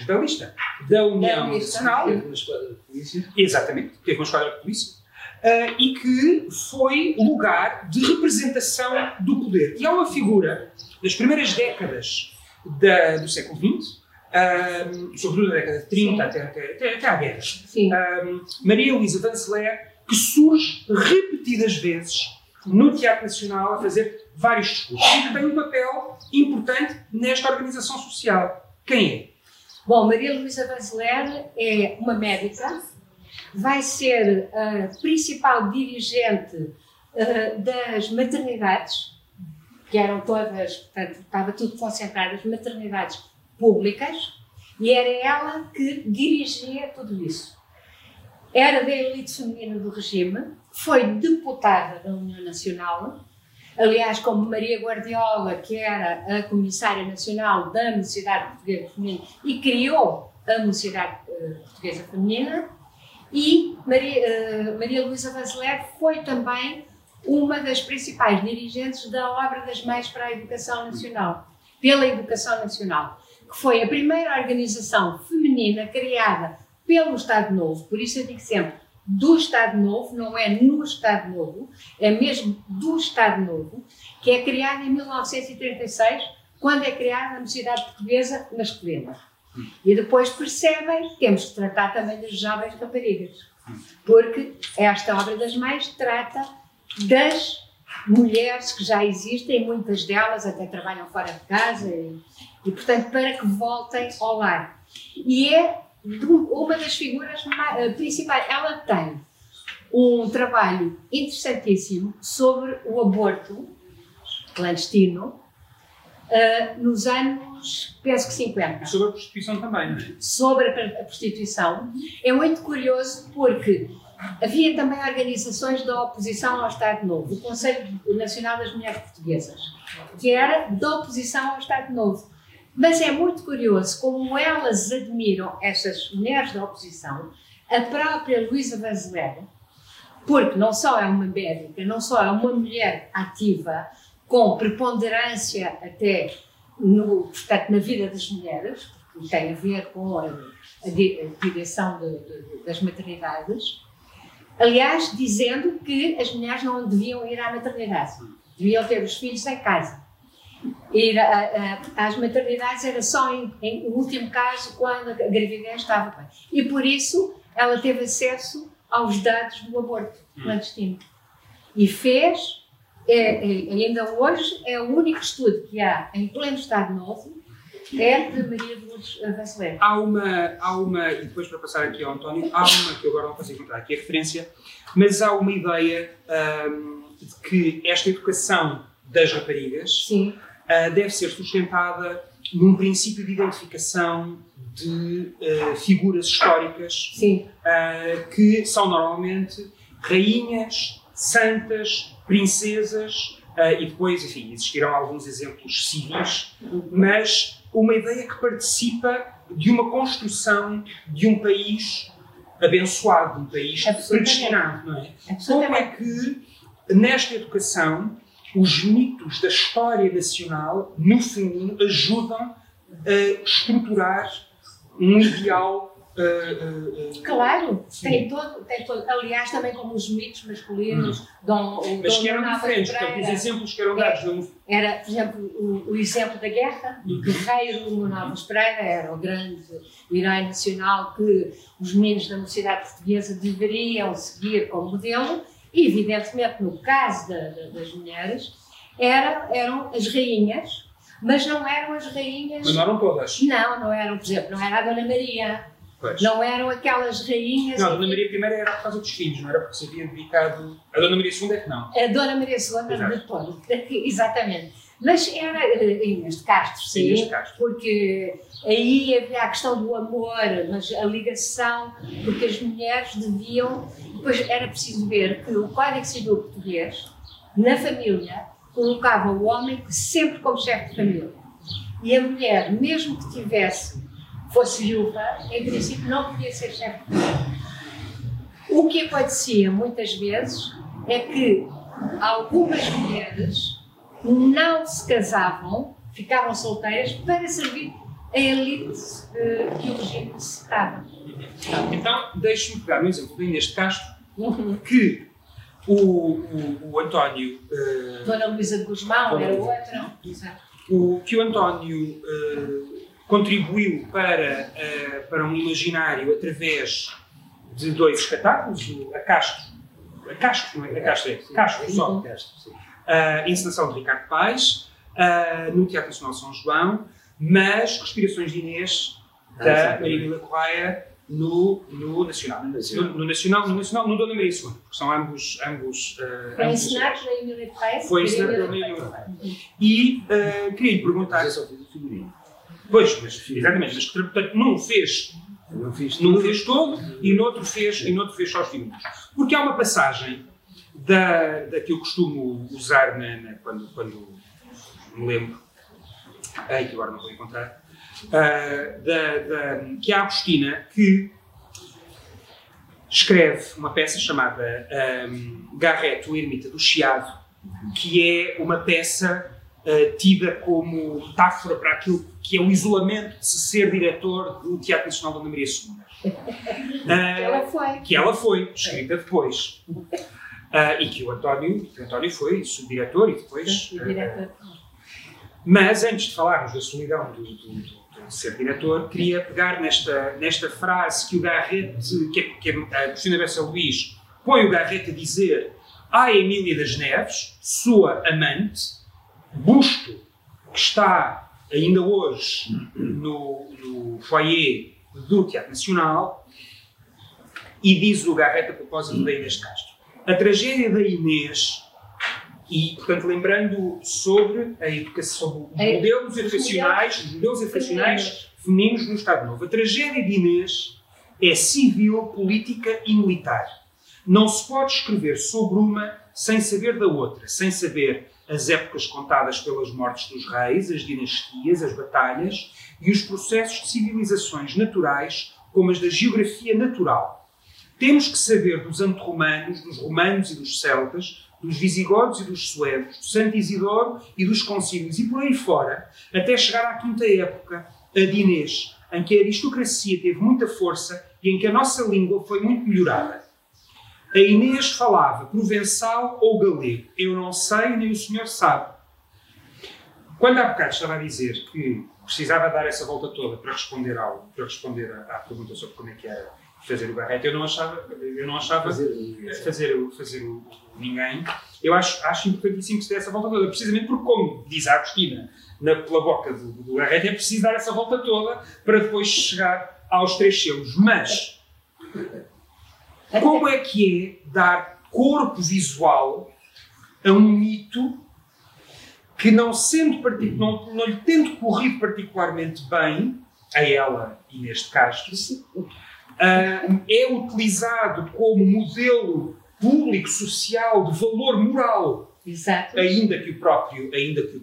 da União Nacional. Teve uma esquadra de polícia. Exatamente, teve uma esquadra de polícia. E que foi lugar de representação do poder. E há uma figura das primeiras décadas do século XX, sobretudo da década de 30 até à guerra, Maria Luísa Vanzeler, que surge repetidas vezes no Teatro Nacional a fazer vários discursos e que tem um papel importante nesta organização social. Quem é? Bom, Maria Luísa Vanzeler é uma médica, vai ser a principal dirigente das maternidades, que eram todas, portanto, estava tudo concentrado nas maternidades públicas, e era ela que dirigia tudo isso. Era da elite feminina do regime, foi deputada da União Nacional, aliás, como Maria Guardiola, que era a Comissária Nacional da Mocidade Portuguesa Feminina e criou a Mocidade Portuguesa Feminina, e Maria Luísa Vanzeler foi também uma das principais dirigentes da Obra das Mães para a Educação Nacional, pela Educação Nacional, que foi a primeira organização feminina criada pelo Estado Novo. Por isso eu digo sempre, do Estado Novo, não é no Estado Novo, é mesmo do Estado Novo, que é criada em 1936, quando é criada a Mocidade Portuguesa Masculina. E depois percebem que temos que tratar também das jovens raparigas, porque esta Obra das Mães trata das mulheres que já existem, muitas delas até trabalham fora de casa, e portanto, para que voltem ao lar. E é uma das figuras principais. Ela tem um trabalho interessantíssimo sobre o aborto clandestino nos anos, penso que 50. Sobre a prostituição também, não é? Sobre a prostituição. É muito curioso porque havia também organizações da oposição ao Estado Novo, o Conselho Nacional das Mulheres Portuguesas, que era da oposição ao Estado Novo. Mas é muito curioso como elas admiram essas mulheres da oposição, a própria Luísa Vazelera, porque não só é uma médica, não só é uma mulher ativa, com preponderância até portanto, na vida das mulheres, porque tem a ver com a direção das maternidades, aliás, dizendo que as mulheres não deviam ir à maternidade, deviam ter os filhos em casa. Ir às maternidades era só em último caso, quando a gravidez estava bem. E por isso ela teve acesso aos dados do aborto clandestino. E fez, ainda hoje, é o único estudo que há em pleno Estado Novo, é de Maria de Lourdes Vazelera. Há uma, e depois para passar aqui ao António, há uma que eu agora não consigo encontrar aqui a referência, mas há uma ideia de que esta educação das raparigas deve ser sustentada num princípio de identificação de figuras históricas que são normalmente rainhas, santas, princesas e depois, enfim, existirão alguns exemplos civis, mas uma ideia que participa de uma construção de um país abençoado, de um país predestinado, não é? Como é que nesta educação os mitos da história nacional, no fundo, ajudam a estruturar um ideal. Claro, tem todo. Aliás, também como os mitos masculinos, mas que eram diferentes, portanto, os exemplos que eram dados. Era, por exemplo, o exemplo da guerra, o guerreiro Manuel Pereira era o grande herói nacional que os meninos da mocidade portuguesa deveriam seguir como modelo. E, evidentemente, no caso das mulheres, eram as rainhas, mas não eram as rainhas... Mas não eram todas. Não eram, por exemplo, não era a Dona Maria. Pois. Não eram aquelas rainhas... Não, a Dona Maria I era por causa dos filhos, não era porque se havia dedicado... A Dona Maria II é que não. A Dona Maria II depois, exatamente. Mas era Inês de Castro, sim, porque aí havia a questão do amor, mas a ligação, porque as mulheres deviam... Depois era preciso ver que o Código Civil português, na família, colocava o homem sempre como chefe de família. E a mulher, mesmo que fosse viúva, em princípio não podia ser chefe de família. O que acontecia muitas vezes é que algumas mulheres não se casavam, ficavam solteiras para servir a elite que o regime necessitava. Então, deixe-me pegar um exemplo bem neste Castro, que o António... Dona Luísa de Guzmão era outra. Que o António contribuiu para um imaginário através de dois espetáculos, a Castro, não é? A Castro só. A encenação de Ricardo Paes, no Teatro Nacional São João, mas Respirações de Inês, da Maria Emília Correia, no Nacional. No Dona Maria II, porque são ambos foi ensinado pela Emília Correia? Foi ensinado pela Maria Emília Correia. E queria lhe perguntar... Eu só fiz o figurino. Pois, mas, exatamente, mas portanto não fez todo e no outro fez só os figurinos. Porque há uma passagem da que eu costumo usar quando me lembro, que agora não vou encontrar, que é a Agostina, que escreve uma peça chamada Garrett, o Ermita do Chiado, que é uma peça tida como metáfora para aquilo que é o isolamento de se ser diretor do Teatro Nacional Dona Maria II. Que ela foi, escrita depois. E que o António foi subdiretor e depois... Mas antes de falarmos da solidão do ser diretor, queria pegar nesta frase que o Garrett, que a Cristina Bessa Luís põe o Garrett a dizer à Emília das Neves, sua amante, busto que está ainda hoje no foyer do Teatro Nacional, e diz o Garrett a propósito da Inês de Castro. A tragédia da Inês, e, portanto, lembrando sobre a educação, os modelos educacionais femininos no Estado Novo. A tragédia de Inês é civil, política e militar. Não se pode escrever sobre uma sem saber da outra, sem saber as épocas contadas pelas mortes dos reis, as dinastias, as batalhas e os processos de civilizações naturais, como as da geografia natural. Temos que saber dos anto-romanos, dos romanos e dos celtas, dos visigodos e dos suevos, do Santo Isidoro e dos concílios, e por aí fora, até chegar à quinta época, a de Inês, em que a aristocracia teve muita força e em que a nossa língua foi muito melhorada. A Inês falava provençal ou galego. Eu não sei, nem o senhor sabe. Quando há bocado estava a dizer que precisava dar essa volta toda para responder à pergunta sobre como é que era fazer o Barreto, eu não achava fazer o ninguém. Eu acho importantíssimo que se dê essa volta toda, precisamente porque, como diz a Agostina, pela boca do Barreto, é preciso dar essa volta toda para depois chegar aos 3 selos. Mas como é que é dar corpo visual a um mito que, não lhe tendo corrido particularmente bem, a ela, Inês de Castro, é utilizado como modelo público, social, de valor moral. Exato. Ainda que o próprio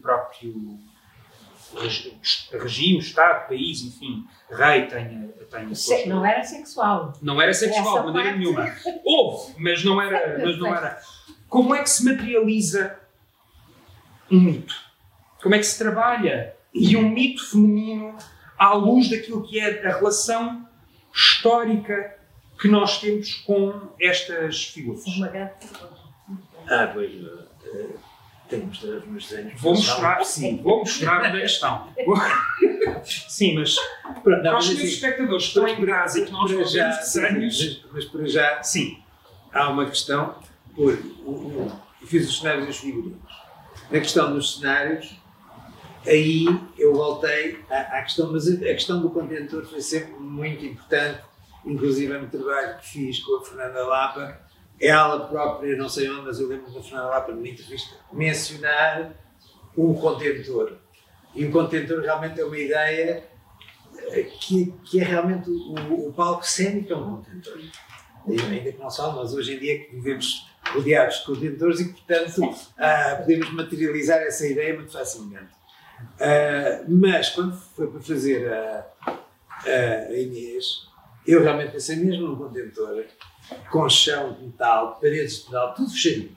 regime, Estado, país, enfim, rei tenha Não era sexual. Não era sexual, de maneira nenhuma. Houve, mas não era. Como é que se materializa um mito? Como é que se trabalha? E um mito feminino à luz daquilo que é a relação histórica que nós temos com estas figuras. Uma grande pergunta. Pois, tenho que mostrar os meus desenhos. Vou mostrar onde é que estão. Sim, mas para os meus espectadores que estão em casa e que nós fazemos desenhos... Mas para já, sim, há uma questão, porque eu fiz os cenários e os figurinos. Na questão dos cenários, aí eu voltei à questão, mas a questão do contentor foi sempre muito importante, inclusive no trabalho que fiz com a Fernanda Lapa. Ela própria, não sei onde, mas eu lembro da Fernanda Lapa numa entrevista mencionar o contentor. E o contentor realmente é uma ideia que é realmente o palco cênico é um contentor. E ainda que não só, nós hoje em dia que vivemos rodeados de contentores e, portanto, podemos materializar essa ideia muito facilmente. Mas quando foi para fazer a Inês, eu realmente pensei mesmo num contentor com chão de metal, paredes de metal, tudo fechadinho.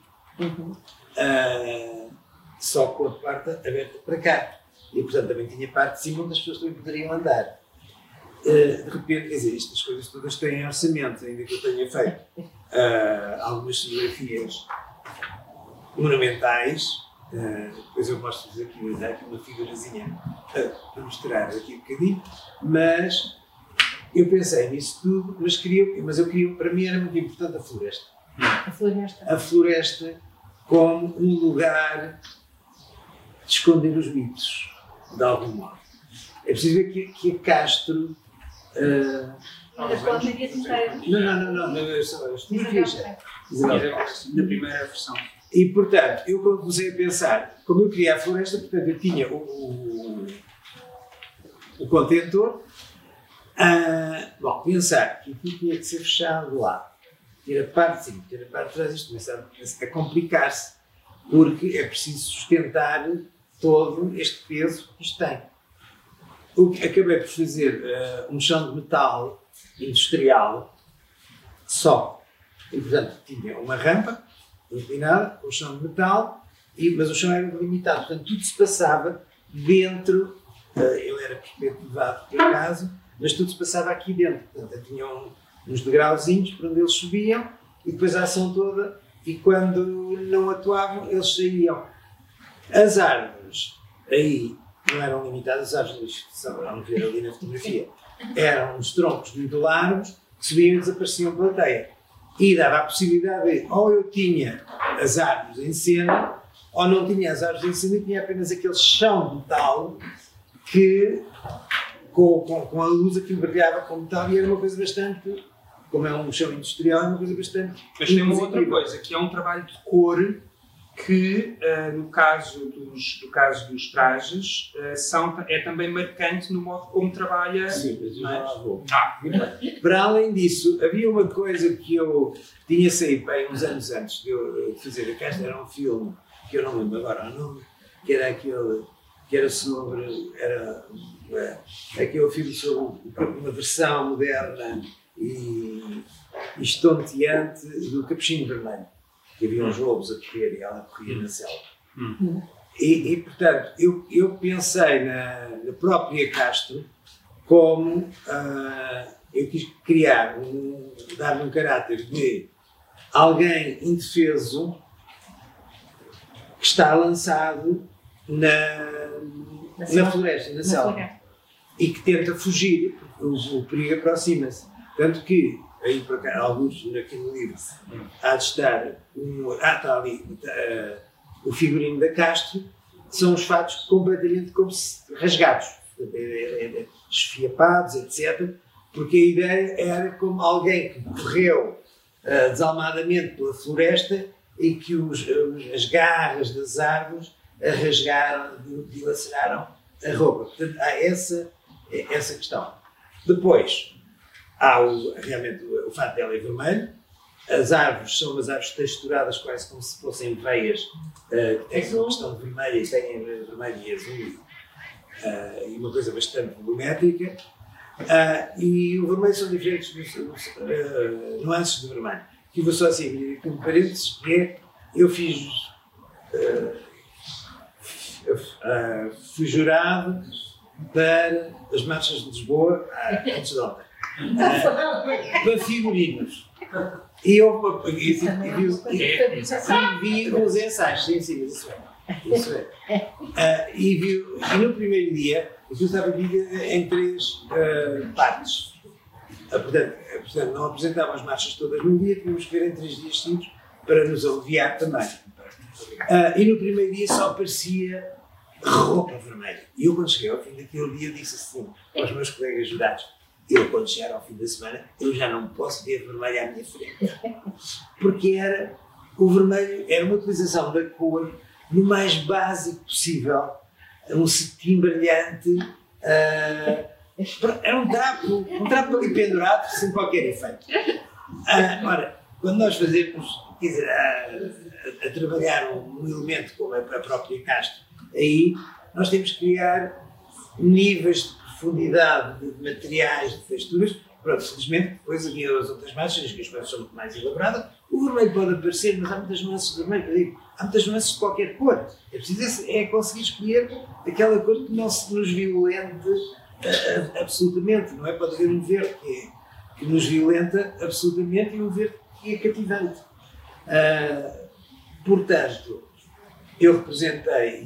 Só com a parte aberta para cá. E, portanto, também tinha parte de cima onde as pessoas também poderiam andar. De repente, quer dizer, estas coisas todas têm orçamento, ainda que eu tenha feito algumas fotografias monumentais. Depois eu mostro-vos aqui uma figurazinha para mostrar aqui um bocadinho, mas eu pensei nisso tudo, mas eu queria, para mim era muito importante a floresta. A floresta como um lugar de esconder os mitos, de algum modo. É preciso ver que a Castro... Não, as fotografias na primeira versão. E, portanto, eu quando comecei a pensar, como eu queria a floresta, portanto, eu tinha o contentor, pensar que aquilo tinha que ser fechado lá, ter a parte de cima, ter a parte de trás, isto começa a complicar-se, porque é preciso sustentar todo este peso que isto tem. Acabei por fazer um chão de metal industrial só, e, portanto, tinha uma rampa inclinada, com o chão de metal, mas o chão era delimitado, portanto, tudo se passava dentro, ele era perspectivado por acaso, mas tudo se passava aqui dentro, portanto, tinham uns degrauzinhos por onde eles subiam, e depois a ação toda, e quando não atuavam, eles saíam. As árvores, aí, não eram limitadas, as árvores, vamos ver ali na fotografia, eram uns troncos muito largos, que subiam e desapareciam pela teia. E dava a possibilidade de, ou eu tinha as árvores em cena, ou não tinha as árvores em cena e tinha apenas aquele chão de metal que, com a luz, aquilo brilhava com metal e era uma coisa bastante, como é um chão industrial, é uma coisa bastante... Mas tem uma outra coisa, que é um trabalho de cor que, no caso dos trajes, é também marcante no modo como trabalha. Sim, mas eu já lá vou. Para além disso, havia uma coisa que eu tinha saído bem uns anos antes de eu fazer a casta, era um filme, que eu não lembro agora o nome, que era aquele, que era sobre, aquele filme sobre uma versão moderna e estonteante do Capuchinho Vermelho. Que havia uns lobos a correr e ela corria na selva. E portanto, eu pensei na própria Castro como eu quis criar, dar-lhe um caráter de alguém indefeso que está lançado na floresta, na selva, e que tenta fugir, porque o perigo aproxima-se. Tanto que, aí para cá, alguns aqui no livro, há de estar está ali o figurino da Castro, são os fatos completamente como se rasgados, esfiapados, etc. Porque a ideia era como alguém que correu desalmadamente pela floresta e que as garras das árvores a rasgaram, dilaceraram a roupa. Portanto, há essa questão. Depois, há realmente o fato dela é vermelho. As árvores são umas árvores texturadas quase como se fossem veias, que têm uma questão vermelha e têm vermelho e azul, e uma coisa bastante volumétrica. E o vermelho são diferentes nuances de vermelho. Que vou só assim, como parênteses, que é, eu fui jurado para as marchas de Lisboa, antes de ontem, para figurinos. E eu vi os ensaios, sim, isso é. E no primeiro dia, aquilo estava dividido em 3 partes. Portanto, não apresentavam as marchas todas num dia, tínhamos que ver em 3 dias seguidos para nos aliviar também. E no primeiro dia só aparecia roupa vermelha. E eu, quando cheguei ao fim daquele dia, disse assim aos meus colegas jurados: eu, quando chegar ao fim da semana, eu já não posso ver vermelho à minha frente. Porque o vermelho era uma utilização da cor no mais básico possível, um cetim brilhante, era um trapo ali pendurado sem qualquer efeito. Ora, quando nós fazemos, quer dizer, a trabalhar um elemento como a própria Castro, aí nós temos que criar níveis de profundidade de materiais, de texturas. Pronto, felizmente, depois havia as outras marchas, que as coisas são muito mais elaboradas. O vermelho pode aparecer, mas há muitas nuances de vermelho, eu digo, há muitas nuances de qualquer cor. É preciso conseguir escolher aquela cor que não se nos violente absolutamente, não é? Pode haver um verde que nos violenta absolutamente e um verde que é cativante. Portanto, eu representei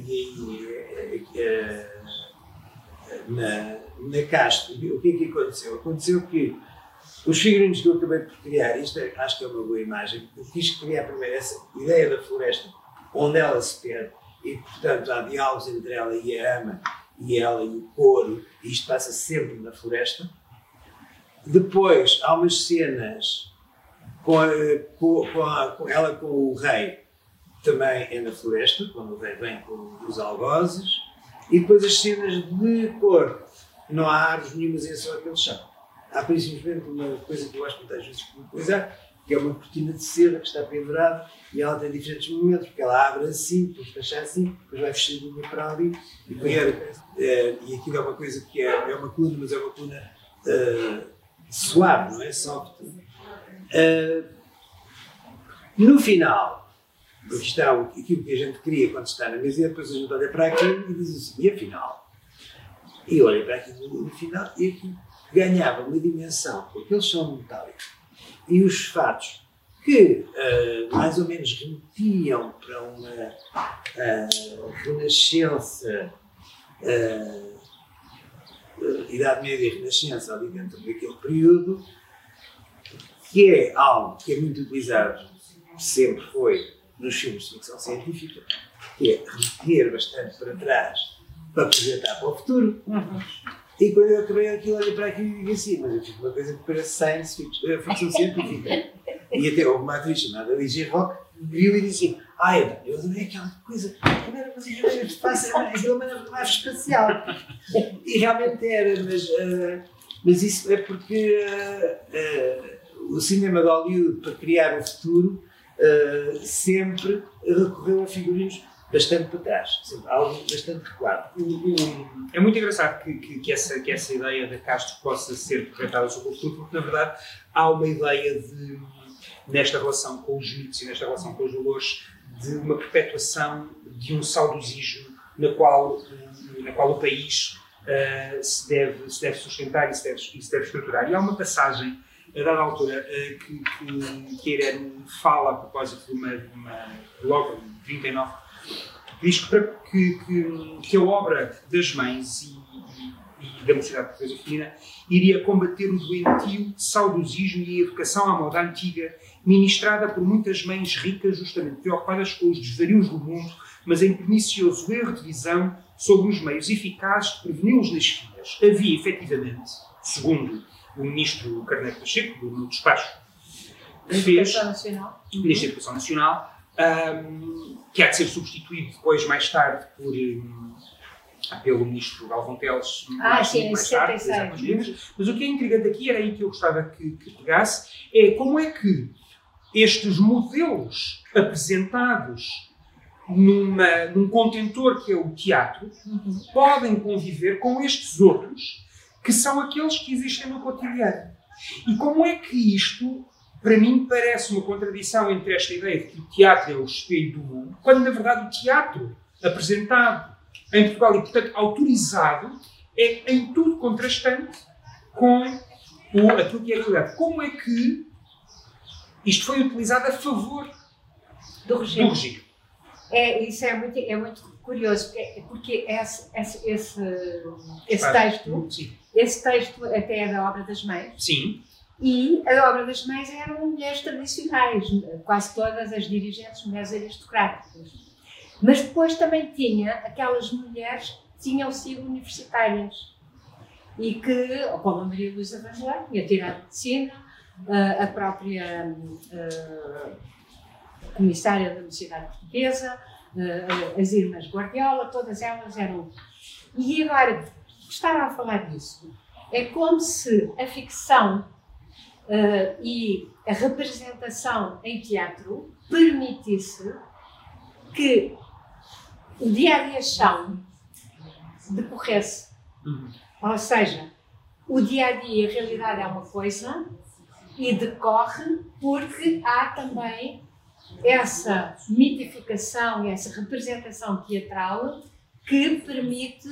na Castro. O que é que aconteceu? Aconteceu que os figurinos que eu acabei por criar, isto acho que é uma boa imagem, eu quis criar primeiro essa ideia da floresta, onde ela se perde, e portanto há diálogos entre ela e a ama, e ela e o couro, e isto passa sempre na floresta. Depois há umas cenas com ela com o rei, também é na floresta, quando o rei vem com os algozes. E depois as cenas de cor, não há árvores nenhumas em só aquele chão. Há principalmente uma coisa que eu acho que muitas vezes utilizar, que é uma cortina de seda que está pendurada e ela tem diferentes momentos, porque ela abre assim, depois fecha assim, depois vai fechando para ali e aquilo é uma coisa que é uma coluna, mas é uma coluna suave, não é? Soft. No final, porque está aquilo que a gente cria quando está na mesa, e depois a gente olha para aquilo e diz assim, e afinal? E olha para aquilo no final e aquilo ganhava uma dimensão, porque eles são metálicos. E os fatos que mais ou menos remetiam para uma renascença, Idade Média e Renascença ali dentro daquele período, que é algo que é muito utilizado, sempre foi, nos filmes de ficção científica, que é remeter bastante para trás para projetar para o futuro. E quando eu acabei aquilo, olhei para aquilo e digo assim, mas eu fiz uma coisa que parece ficção científica. E até houve uma atriz chamada Ligia Roque, viu e disse assim, eu adorei aquela coisa, era uma nave espacial, aquilo era uma nave espacial. E realmente era, mas isso é porque o cinema de Hollywood, para criar o futuro, sempre recorreu a figurinos bastante para trás, sempre algo bastante recuado. É muito engraçado que essa ideia da Castro possa ser projetada sobre o futuro, porque na verdade há uma ideia de, nesta relação com os mitos e nesta relação com os valores, de uma perpetuação de um saudosismo na qual o país se deve sustentar e se deve estruturar. E há uma passagem, a dada altura, que Irene fala a propósito de uma obra de 39, que diz que a obra das mães e da mocidade portuguesa feminina iria combater o doentio saudosismo e a educação à moda antiga, ministrada por muitas mães ricas, justamente preocupadas com os desvarios do mundo, mas em pernicioso erro de visão sobre os meios eficazes de preveni-los nas filhas. Havia, efetivamente, segundo o ministro Carneiro Pacheco, no despacho que fez, Ministro da Educação Nacional, que há de ser substituído depois, mais tarde, pelo ministro Galvão Teles, mais tarde. Mas o que é intrigante aqui, era aí que eu gostava que pegasse, é como é que estes modelos apresentados num contentor que é o teatro podem conviver com estes outros, que são aqueles que existem no cotidiano. E como é que isto, para mim, parece uma contradição entre esta ideia de que o teatro é o espelho do mundo, quando, na verdade, o teatro apresentado em Portugal e, portanto, autorizado, é em tudo contrastante com aquilo que é a realidade. Como é que isto foi utilizado a favor do regime? Isso é muito curioso, porque esse texto até é da obra das mães. Sim. E a obra das mães eram mulheres tradicionais, quase todas as dirigentes, mulheres aristocráticas. Mas depois também tinha aquelas mulheres que tinham sido universitárias e que, como a Maria Luísa Vangeler, tinha tirado medicina, a própria comissária da Universidade Portuguesa, as irmãs Guardiola, todas elas eram. E agora, estava a falar disso, é como se a ficção e a representação em teatro permitisse que o dia-a-dia chão decorresse. Ou seja, o dia-a-dia, a realidade é uma coisa e decorre porque há também essa mitificação e essa representação teatral que permite,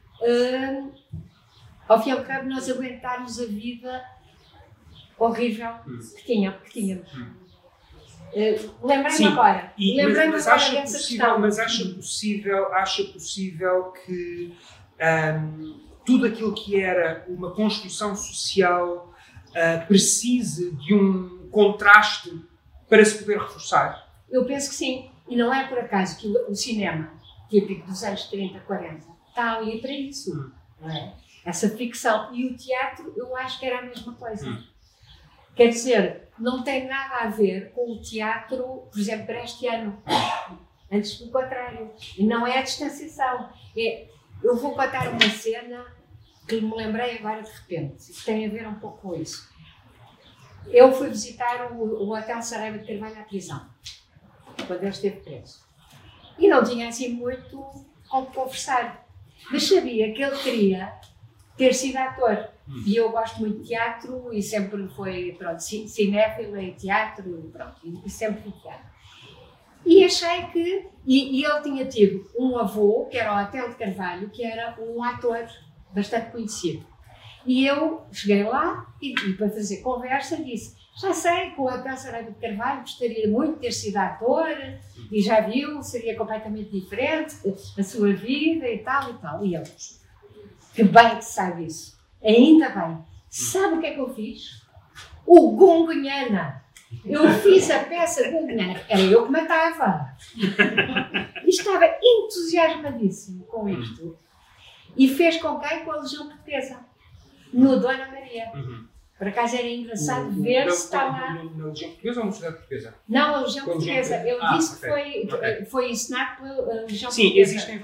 ao fim e ao cabo, nós aguentarmos a vida horrível que tínhamos. Lembrei-me agora. Mas acha possível que tudo aquilo que era uma construção social precise de um contraste para se poder reforçar? Eu penso que sim. E não é por acaso que o cinema, típico dos anos 30, 40, está ali para isso. Não é? Essa ficção. E o teatro, eu acho que era a mesma coisa. Quer dizer, não tem nada a ver com o teatro, por exemplo, para este ano. Antes do contrário. E não é a distanciação. Eu vou contar uma cena que me lembrei agora de repente, que tem a ver um pouco com isso. Eu fui visitar o Hotel Saraiva de Carvalho à prisão, quando ele esteve preso. E não tinha assim muito como conversar. Mas sabia que ele queria ter sido ator. E eu gosto muito de teatro e sempre foi, cinéfila e teatro, e sempre fui teatro. E achei que... E ele tinha tido um avô, que era o Hotel de Carvalho, que era um ator bastante conhecido. E eu cheguei lá e para fazer conversa disse: já sei que o Hotel Saraiva de Carvalho gostaria muito de ter sido ator e já viu, seria completamente diferente a sua vida e tal e tal. E ele: que bem que sabe isso, ainda bem. Sabe o que é que eu fiz? O Gungunhana. Eu fiz a peça Gungunhana, era eu que matava. E estava entusiasmadíssimo com isto. E fez com quem? Com a Legião Portuguesa. No Dona Maria. Por acaso era engraçado ver se está lá. Na Legião Portuguesa ou na Sociedade Portuguesa? Não, a Legião Portuguesa. Ele disse que foi ensinado pela Legião Portuguesa. Sim, existem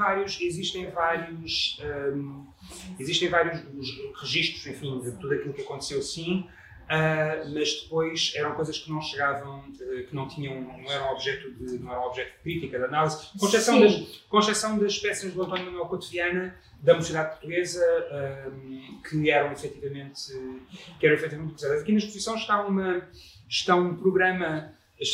vários registros, enfim, de tudo aquilo que aconteceu, sim. Mas depois eram coisas que não chegavam, que não eram objeto de crítica, de análise, com exceção das peças do António Manuel Couto Viana, da Mocidade Portuguesa, que eram efetivamente utilizadas. Aqui na exposição está um programa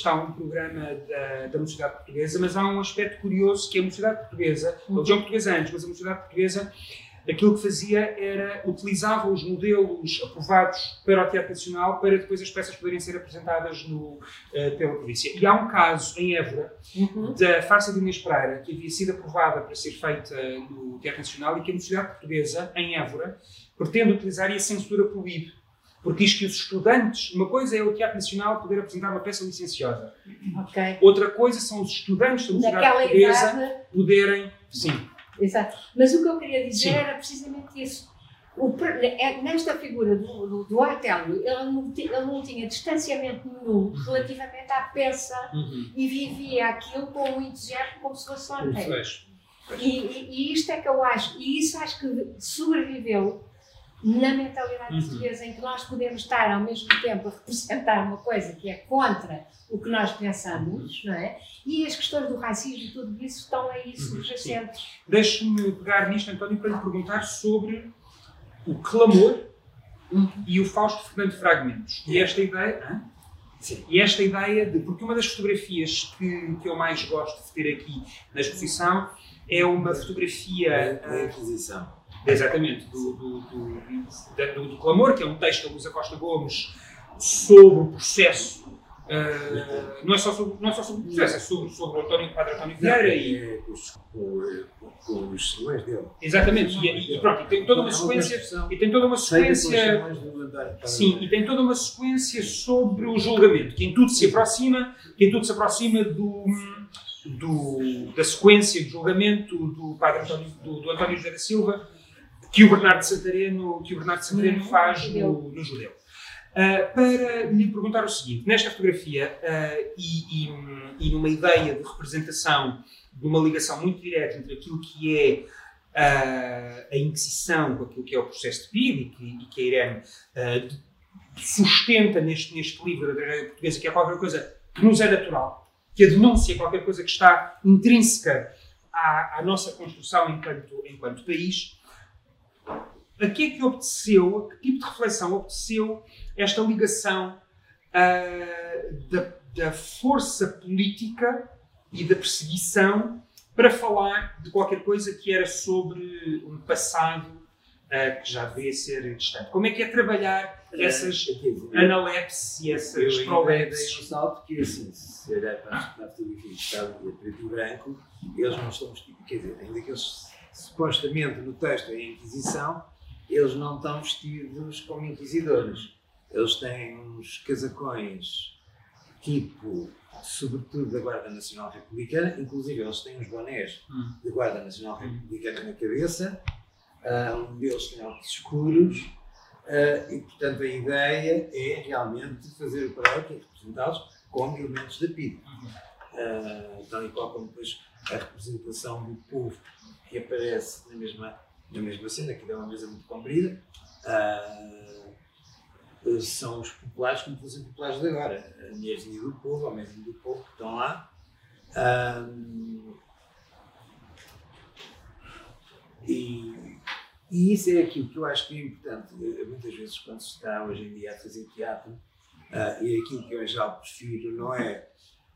da Mocidade Portuguesa, mas há um aspecto curioso que a Mocidade Portuguesa, a Legião Portuguesa antes, mas a Mocidade Portuguesa, aquilo que fazia era utilizava os modelos aprovados para o Teatro Nacional para depois as peças poderem ser apresentadas pela província. E há um caso em Évora, da farsa de Inês Pereira, que havia sido aprovada para ser feita no Teatro Nacional e que a Universidade Portuguesa, em Évora, pretende utilizar e a censura proíbe. Porque diz que os estudantes, uma coisa é o Teatro Nacional poder apresentar uma peça licenciosa. Okay. Outra coisa são os estudantes da Universidade Portuguesa poderem... Sim. Exato. Mas o que eu queria dizer era precisamente isso. Nesta figura do Artélio, ele não tinha distanciamento nenhum relativamente à peça e vivia aquilo com um entusiasmo como se fosse um Artélio. E isto é que eu acho, e isso acho que sobreviveu na mentalidade portuguesa, em que nós podemos estar ao mesmo tempo a representar uma coisa que é contra o que nós pensamos, não é? E as questões do racismo e tudo isso estão aí subjacentes. Deixe-me pegar nisto, António, para lhe perguntar sobre o clamor e o Fausto Fernando Fragmentos. E esta ideia... E esta ideia de... Porque uma das fotografias que eu mais gosto de ter aqui na exposição é uma fotografia... Da Inquisição. Exatamente, do Clamor, que é um texto da Luísa Costa Gomes sobre o processo. Não é só sobre o processo, é sobre o Padre António Vieira e com os sermões dele. Exatamente, e pronto, e tem toda uma sequência. Sim, e tem toda uma sequência sobre o julgamento, que em tudo se aproxima da sequência de julgamento do Padre António José da Silva, que o Bernardo de Santareno faz no Judeu. Para lhe perguntar o seguinte, nesta fotografia e numa ideia de representação de uma ligação muito direta entre aquilo que é a Inquisição com aquilo que é o processo de Pire e que a Irene sustenta neste livro da tragédia portuguesa, que é qualquer coisa que nos é natural, que a denúncia é qualquer coisa que está intrínseca à nossa construção enquanto país. A que é que obteceu, a que tipo de reflexão obteceu esta ligação da força política e da perseguição para falar de qualquer coisa que era sobre um passado que já deveria ser distante? Como é que é trabalhar essas analepses e essas prolepses? Eu dei um salto que, assim, se olhar para a fotografia que está ali a preto e branco, eles não estão vestidos, quer dizer, ainda que eles supostamente no texto é a Inquisição, eles não estão vestidos como inquisidores. Eles têm uns casacões tipo, sobretudo da Guarda Nacional Republicana, inclusive eles têm uns bonés da Guarda Nacional Republicana na cabeça, um deles tem óculos escuros, e portanto a ideia é realmente fazer o paralelo e representá-los como elementos da PIDE. Tal e qual como depois a representação do povo que aparece na mesma cena, que é uma mesa muito comprida, são os populares como fossem populares de agora, a mulherzinha do povo, a mesinha do povo que estão lá. E isso é aquilo que eu acho que é importante, muitas vezes quando se está hoje em dia a fazer teatro, e é aquilo que eu em geral prefiro, não é...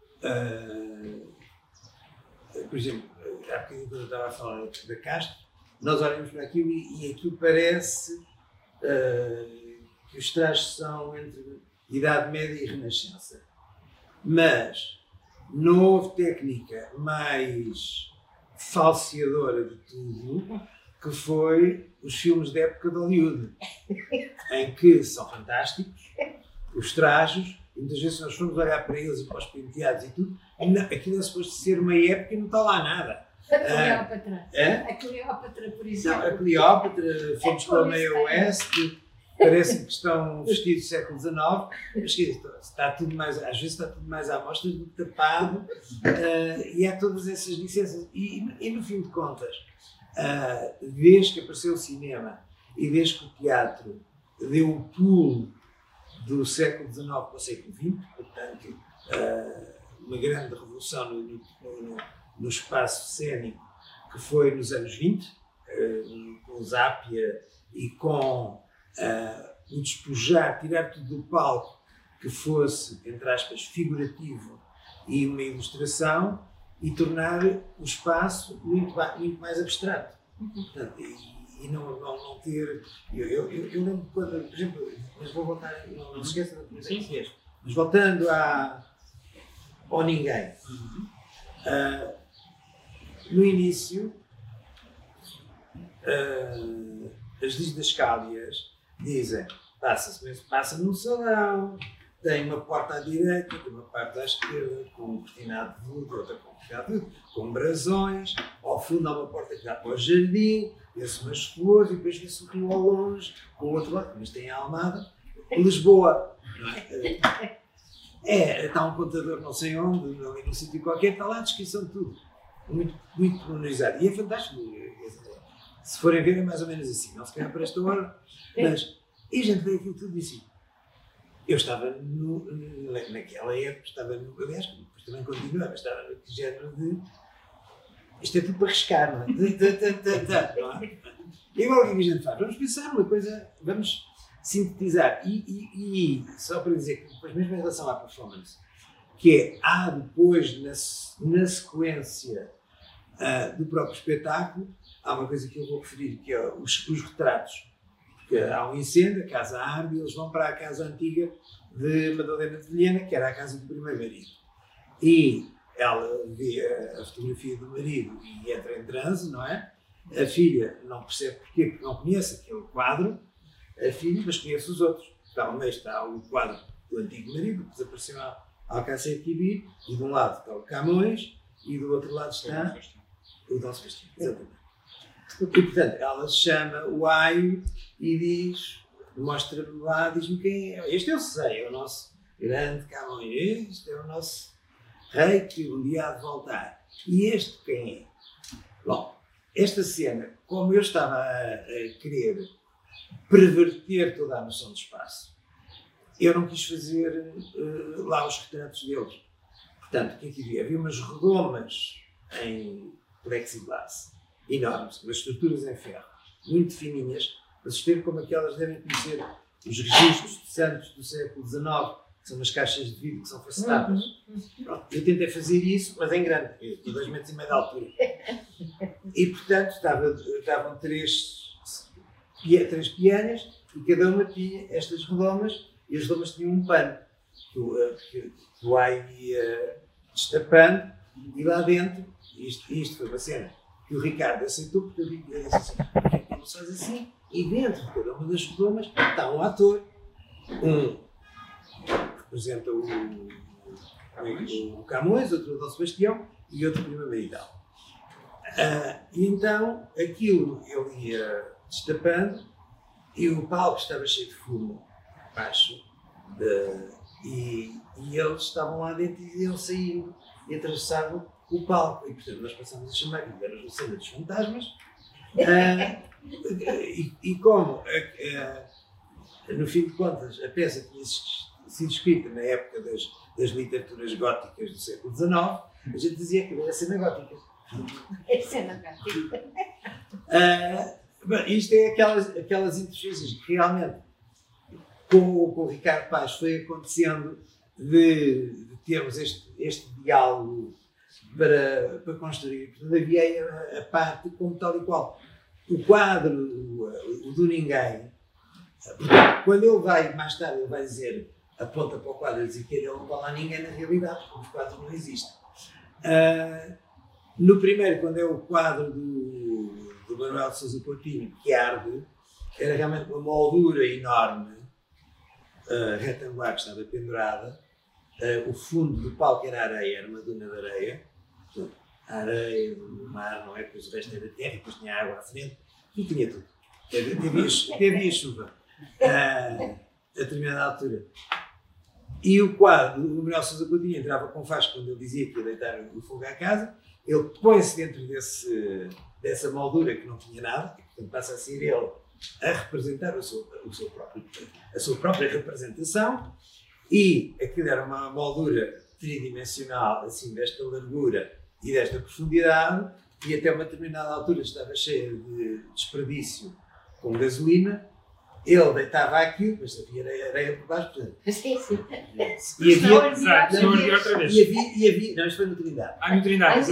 por exemplo, há bocadinho quando eu estava a falar da Castro, nós olhamos para aquilo e aquilo parece que os trajes são entre Idade Média e Renascença. Mas não houve técnica mais falseadora de tudo que foi os filmes da época de Hollywood, em que são fantásticos os trajes, e muitas vezes nós formos olhar para eles e para os penteados e tudo, aquilo é suposto ser uma época e não está lá nada. A Cleópatra, por exemplo. Não, a Cleópatra, fomos para o meio oeste, parecem que estão vestidos do século XIX, mas está tudo mais, às vezes está tudo mais à mostra do que tapado, e há todas essas licenças. E no fim de contas, desde que apareceu o cinema e desde que o teatro deu o pulo do século XIX para o século XX, portanto, uma grande revolução no espaço cênico que foi nos anos 20, com o Zápia e com o despojar, tirar tudo do palco que fosse, entre aspas, figurativo e uma ilustração e tornar o espaço muito mais abstrato. Portanto, e não ter... Eu lembro quando, por exemplo, mas vou voltar, não se esqueça da coisa que fez, mas voltando ao Ninguém. No início, as didascálias dizem, passa num salão, tem uma porta à direita, tem uma parte à esquerda, com um cortinado de veludo, outra com cortinado de veludo, com brasões, ao fundo há uma porta que dá para o jardim, vê-se umas flores e depois vê-se o rio ao longe, com o outro lado, mas tem a Almada, Lisboa. Está um contador não sei onde, ali num sítio qualquer, está lá a descrição de tudo. Muito pormenorizado. E é fantástico. Se forem ver, é mais ou menos assim. Não se calhar para esta hora, mas e a gente vê aquilo tudo assim. Eu estava naquela época, aliás, depois também continuava, estava no género de isto é tudo para riscar, não é? Não é? E agora o que a gente faz? Vamos pensar uma coisa, vamos sintetizar. E só para dizer que depois, mesmo em relação à performance, que há depois, na sequência do próprio espetáculo, há uma coisa que eu vou referir, que é os retratos. Porque há um incêndio, a casa arde, e eles vão para a casa antiga de Madalena de Vilhena, que era a casa do primeiro marido. E ela vê a fotografia do marido e entra em transe, não é? A filha não percebe porquê, porque não conhece aquele quadro, a filha, mas conhece os outros. Ao meio está o quadro do antigo marido, que desapareceu a Alcácer Quibir, e de um lado está o Camões, e do outro lado está o Dom Sebastião. Exatamente. E, portanto, ela chama o Aio e diz, mostra-me lá, diz-me quem é. Este eu sei, é o nosso grande Camões, este é o nosso rei que um dia há de voltar. E este quem é? Bom, esta cena, como eu estava a querer perverter toda a noção de espaço, eu não quis fazer lá os retratos deles. Portanto, o que é que havia? Havia umas redomas em plexiglass, enormes, umas estruturas em ferro, muito fininhas, para se ter como aquelas devem conhecer os registros de santos do século XIX, que são umas caixas de vidro que são facetadas. Pronto, eu tentei fazer isso, mas em grande, eu tinha 2,5 metros de altura. E, portanto, estavam três pianas e cada uma tinha estas redomas, e as redomas tinham um pano que o Ai ia destapando, e lá dentro, isto foi uma cena que o Ricardo aceitou, porque eu disse assim, não se faz assim, e dentro de cada uma das redomas está um ator, um que representa o Camões, outro o Dom Sebastião e outro o primeiro maridão. E então aquilo ele ia destapando e o palco estava cheio de fumo baixo e eles estavam lá dentro e iam saindo e atravessavam o palco. E portanto nós passámos a chamar que era a cena dos fantasmas. E como no fim de contas a peça tinha sido escrita na época das literaturas góticas do século XIX, a gente dizia que era a cena gótica. É cena gótica. Isto é aquelas interferências que realmente com o Ricardo Paz foi acontecendo de termos este diálogo para construir. Portanto, havia a parte como tal e qual. O quadro, o do Ninguém, portanto, quando ele vai, mais tarde, ele vai dizer, aponta para o quadro e diz que ele não está lá ninguém na realidade, porque os quadros não existem. No primeiro, quando é o quadro do Manuel de Sousa Coutinho, que arde, era realmente uma moldura enorme, retangular, que estava pendurada. O fundo do palco era areia, era uma duna de areia. Portanto, a areia do mar, não é? Depois o resto era terra, depois tinha água à frente, e tinha tudo. Havia chuva. a determinada altura. E o quadro, o Manuel Sousa Coutinho entrava com Vasco quando ele dizia que ia deitar o fogo à casa, ele põe-se dentro dessa moldura que não tinha nada, e portanto passa a ser ele a representar a sua própria representação, e aquilo era uma moldura tridimensional, assim, desta largura e desta profundidade, e até uma determinada altura estava cheia de desperdício com gasolina. Ele deitava aquilo, mas havia areia por baixo, portanto. Sim. E havia. Exato, não outra vez. Não, isto foi no Trindade. No Trindade.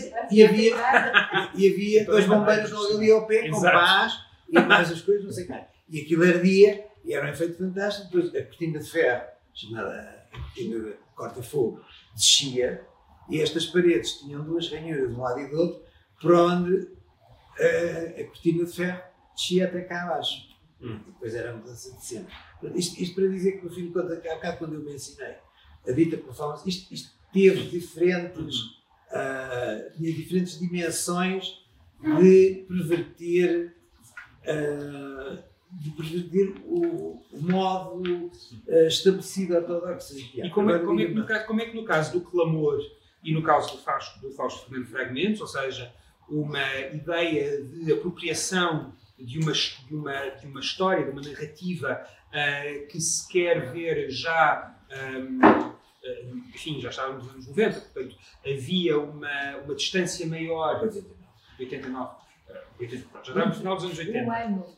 E havia dois bombeiros logo ali ao pé, com pás e mais as coisas, não sei o quê. E aquilo ardia, e era um efeito fantástico. Depois a cortina de ferro, chamada a cortina de corta-fogo, descia, e estas paredes tinham duas ranhuras de um lado e do outro, por onde a cortina de ferro descia até cá abaixo. E depois era a mudança de cena. Isto para dizer que, no fim de contas, há bocado quando eu mencionei a dita performance, isto teve diferentes dimensões de perverter o modo estabelecido ortodoxo. E como é que no caso do Clamor e no caso do Fausto Fernando Fragmentos, ou seja, uma ideia de apropriação de uma história, de uma narrativa que se quer ver já, enfim, já estávamos nos anos 90, portanto, havia uma distância maior. 89. Já estávamos no final dos anos 80.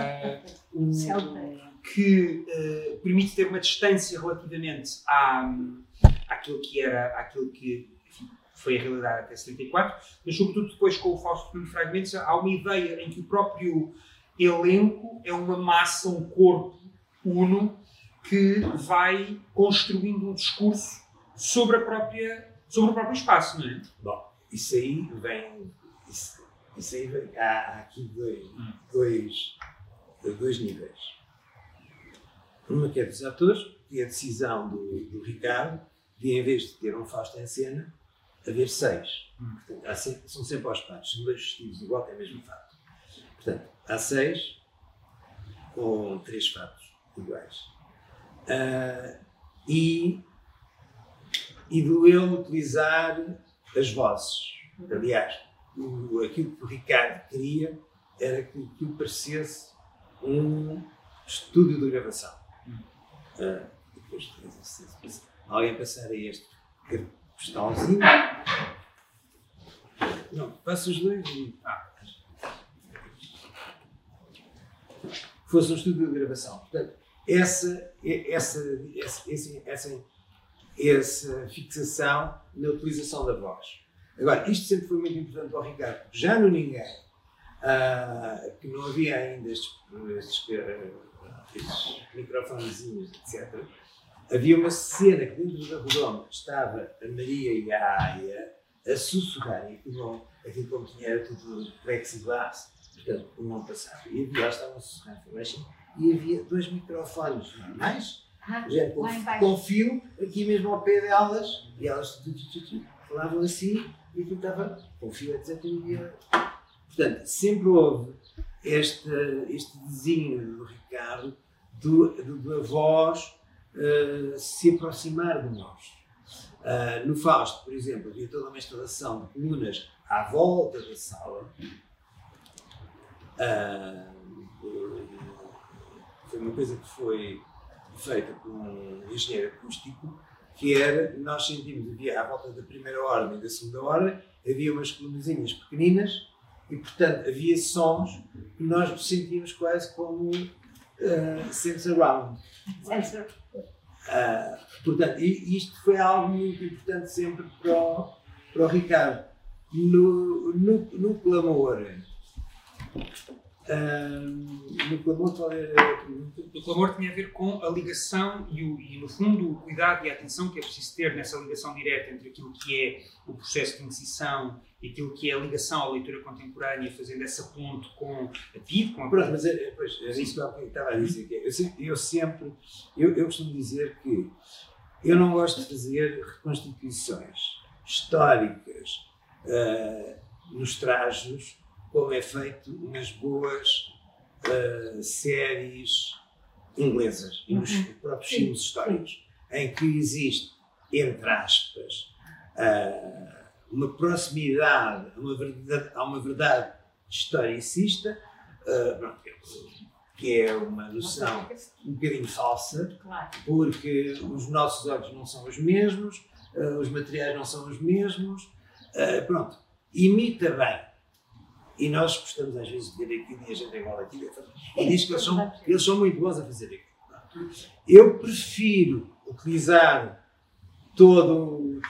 Que permite ter uma distância relativamente àquilo que enfim, foi a realidade até 74, mas sobretudo depois com o Fausto Fernando Fragmentos há uma ideia em que o próprio elenco é uma massa, um corpo uno que vai construindo um discurso sobre o próprio espaço, não é? Bom, isso aí vem há aqui dois níveis. Uma que é dos atores, e a decisão do Ricardo de, em vez de ter um Fausto em cena, haver 6. Portanto, são sempre aos pares, são 2 vestidos igual, é o mesmo fato. Portanto, há 6 com 3 fatos iguais. E do ele utilizar as vozes. Aliás, aquilo que o Ricardo queria era que aquilo parecesse um estúdio de gravação. Depois, alguém passar a este postalzinho. Não, passa os dois e. Fosse um estúdio de gravação. Portanto, essa fixação na utilização da voz. Agora, isto sempre foi muito importante para o Ricardo, porque já no Ninguém, que não havia ainda estes microfonezinhos, etc., havia uma cena que dentro da redoma estava a Maria e a Aia a sussurrarem, aquilo como tinha era tudo plexiglass, portanto, o não passava. E havia, elas estavam a sussurrar baixinho, e havia 2 microfones normais, com fio, aqui mesmo ao pé delas, e elas falavam assim, e aquilo estava com fio, etc. Portanto, sempre houve este desenho do Ricardo da voz se aproximar de nós. No Fausto, por exemplo, havia toda uma instalação de colunas à volta da sala. Foi uma coisa que foi feita por um engenheiro acústico, que era, nós sentimos, havia à volta da primeira ordem e da segunda ordem, havia umas colunazinhas pequeninas, e portanto havia sons que nós sentíamos quase como sense around. Portanto, isto foi algo muito importante sempre para o Ricardo. No Clamor, qual era a pergunta? O Clamor tinha a ver com a ligação e, no fundo, o cuidado e a atenção que é preciso ter nessa ligação direta entre aquilo que é o processo de inquisição e aquilo que é a ligação à leitura contemporânea, fazendo essa ponte com a TID, com a... Pronto, mas era isso que eu estava a dizer. Eu costumo dizer que eu não gosto de fazer reconstituições históricas nos trajos, como é feito nas boas séries inglesas e nos próprios filmes históricos, em que existe, entre aspas, uma proximidade a uma verdade historicista, que é uma noção um bocadinho falsa, porque os nossos olhos não são os mesmos, os materiais não são os mesmos, imita bem. E nós gostamos às vezes de ver aquilo e a gente é igual aquilo. E diz que eles são muito bons a fazer aquilo. Eu prefiro utilizar todo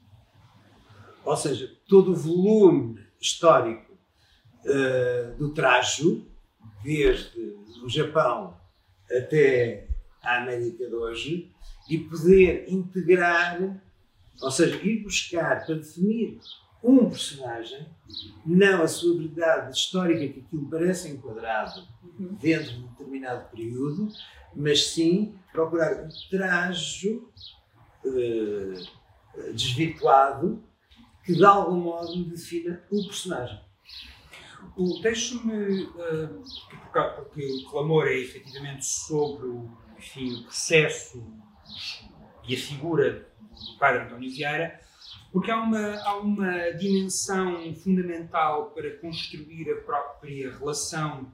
o volume histórico do trajo, desde o Japão até a América de hoje, e poder integrar, ou seja, ir buscar para definir um personagem, não a sua verdade histórica, que aquilo parece enquadrado dentro de um determinado período, mas sim procurar um trajo desvirtuado que de algum modo defina o personagem. Deixe-me, porque o clamor é efetivamente sobre o processo e a figura do padre António Vieira, porque há uma dimensão fundamental para construir a própria relação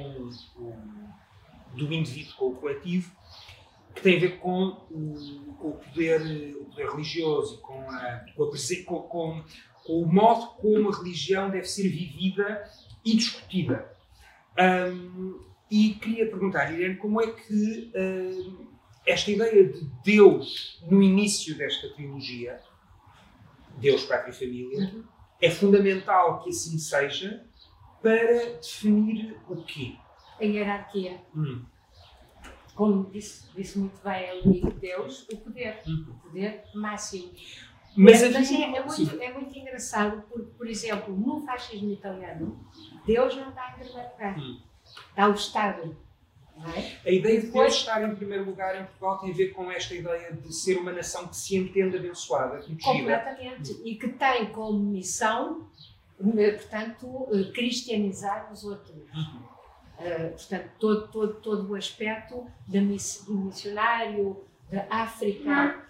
do indivíduo com o coletivo, que tem a ver com o poder religioso e com o modo como a religião deve ser vivida e discutida. E queria perguntar, Irene, como é que esta ideia de Deus no início desta trilogia, Deus, Pátria e Família, é fundamental que assim seja para definir o quê? A hierarquia. Como disse muito bem ali Deus, o poder máximo. Mas é muito engraçado porque, por exemplo, no fascismo italiano, Deus não está em primeiro lugar. Está o Estado. Não é? A ideia de Deus estar em primeiro lugar em Portugal tem a ver com esta ideia de ser uma nação que se entende abençoada, protegida. Completamente. E que tem como missão, portanto, cristianizar os outros. Portanto, todo o aspecto do missionário, da África,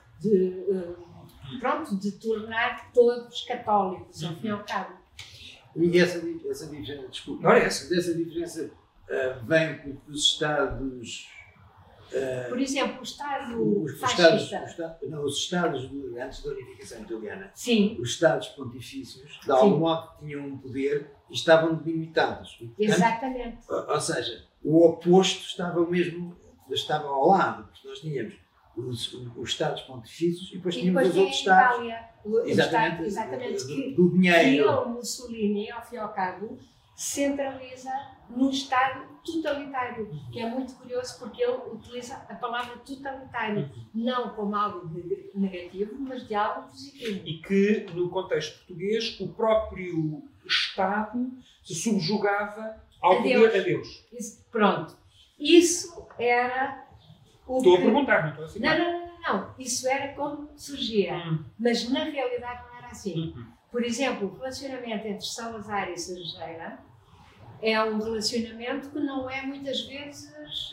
de tornar todos católicos, ao fim e ao cabo. E essa diferença, desculpa, essa diferença vem porque os Estados... Por exemplo, o Estado fascista... Os Estados, antes da unificação italiana, sim. Os Estados pontifícios, de algum modo, tinham um poder e estavam delimitados. E, portanto, exatamente. Ou seja, o oposto estava ao lado, porque nós tínhamos os Estados pontifícios e depois tínhamos os outros Estados. Exatamente. Do dinheiro. E o Mussolini, ao fim e ao cabo, centraliza num Estado totalitário, que é muito curioso porque ele utiliza a palavra totalitário, não como algo negativo, mas de algo positivo. E que, no contexto português, o próprio Estado se subjugava ao poder a Deus. Pronto. Isso era o Estou a perguntar, não estou a afirmar. Não. Isso era como surgia. Mas, na realidade, não era assim. Por exemplo, o relacionamento entre Salazar e Cerejeira é um relacionamento que não é muitas vezes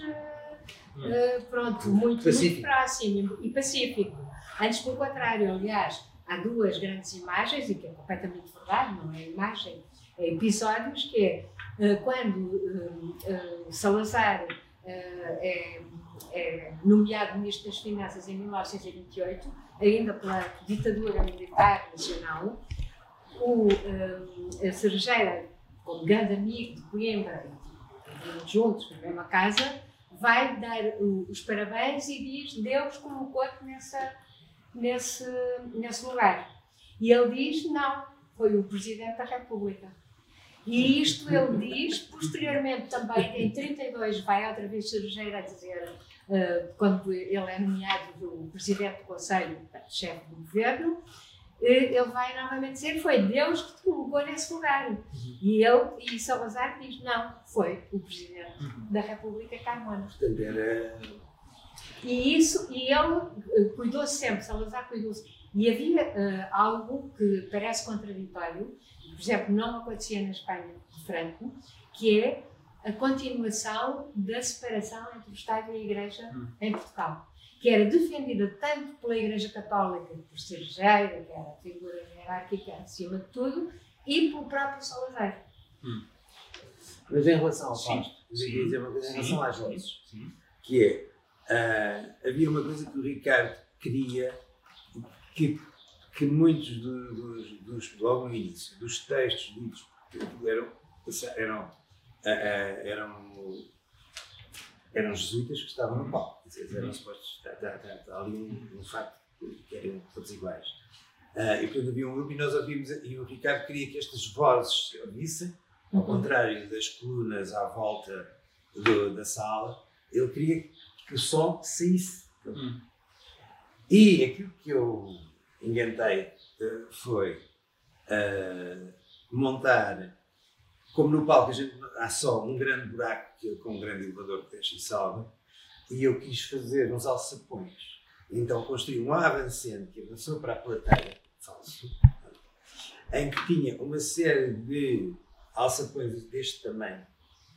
muito próximo e pacífico. Antes, pelo contrário, aliás, há duas grandes imagens, e que é completamente verdade, não é imagem, é episódios, que é quando Salazar é nomeado Ministro das Finanças em 1928, ainda pela ditadura militar nacional, a Cerejeira, como grande amigo de Coimbra, juntos na mesma casa, vai dar os parabéns e diz: Deus colocou-te nesse lugar. E ele diz: não, foi o Presidente da República. E isto ele diz, posteriormente também, em 32, vai outra vez Cerejeira a dizer, quando ele é nomeado do Presidente do Conselho, chefe do Governo, ele vai novamente dizer: foi Deus que te colocou nesse lugar. E Salazar diz: não, foi o Presidente da República Carmona. Portanto, era... E ele cuidou-se sempre, Salazar cuidou-se. E havia algo que parece contraditório, por exemplo, não acontecia na Espanha de Franco, que é a continuação da separação entre o Estado e a Igreja em Portugal, que era defendida tanto pela Igreja Católica, por ser Geira, que era a figura hierárquica acima de tudo, e pelo próprio Salazar. Mas em relação ao Sim. Fausto, eu queria dizer uma coisa em relação às vozes, Sim. que é, havia uma coisa que o Ricardo queria, que muitos logo no início, dos textos lidos, eram jesuítas que estavam no palco, quer dizer, eram supostos, está ali um facto que eram todos iguais. E portanto havia um grupo e nós ouvimos, e o Ricardo queria que estas vozes se ouvissem, ao contrário das colunas à volta da sala, ele queria que o som saísse. E aquilo que eu inventei foi montar, como no palco há só um grande buraco com um grande elevador que desce e sobe, e eu quis fazer uns alçapões. Então construí um avancente que avançou para a plateia, falso, em que tinha uma série de alçapões deste tamanho,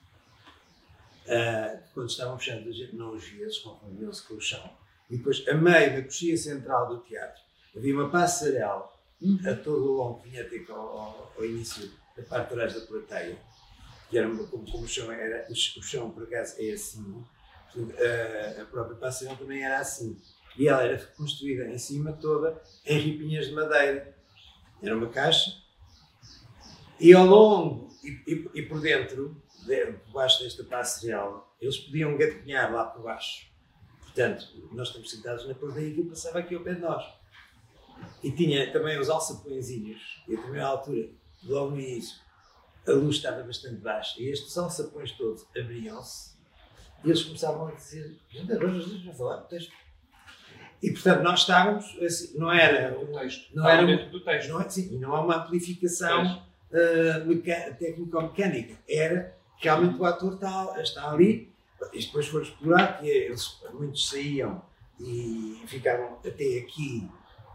que quando estavam fechados a gente não os via, eles confundiam-se com o chão. E depois, a meio da coxia central do teatro, havia uma passarela a todo o longo que vinha até ao início da parte de trás da plateia, que era como o chão era, o chão por acaso é assim, a própria passarela também era assim. E ela era construída em cima toda em ripinhas de madeira. Era uma caixa. E ao longo e por dentro, por baixo desta passarela, eles podiam gatinhar lá por baixo. Portanto, nós estamos sentados na plateia e aquilo passava aqui ao pé de nós. E tinha também os alçapõezinhos. E também à altura, logo no início, a luz estava bastante baixa. E estes alçapões todos abriam-se. E eles começavam a dizer: agora vamos falar do texto. E portanto nós estávamos, assim, não era do texto, não era dentro do texto. Não é, sim, não há uma amplificação técnico-mecânica, era realmente o ator está ali, e depois foram explorar, que eles muitos saíam e ficavam até aqui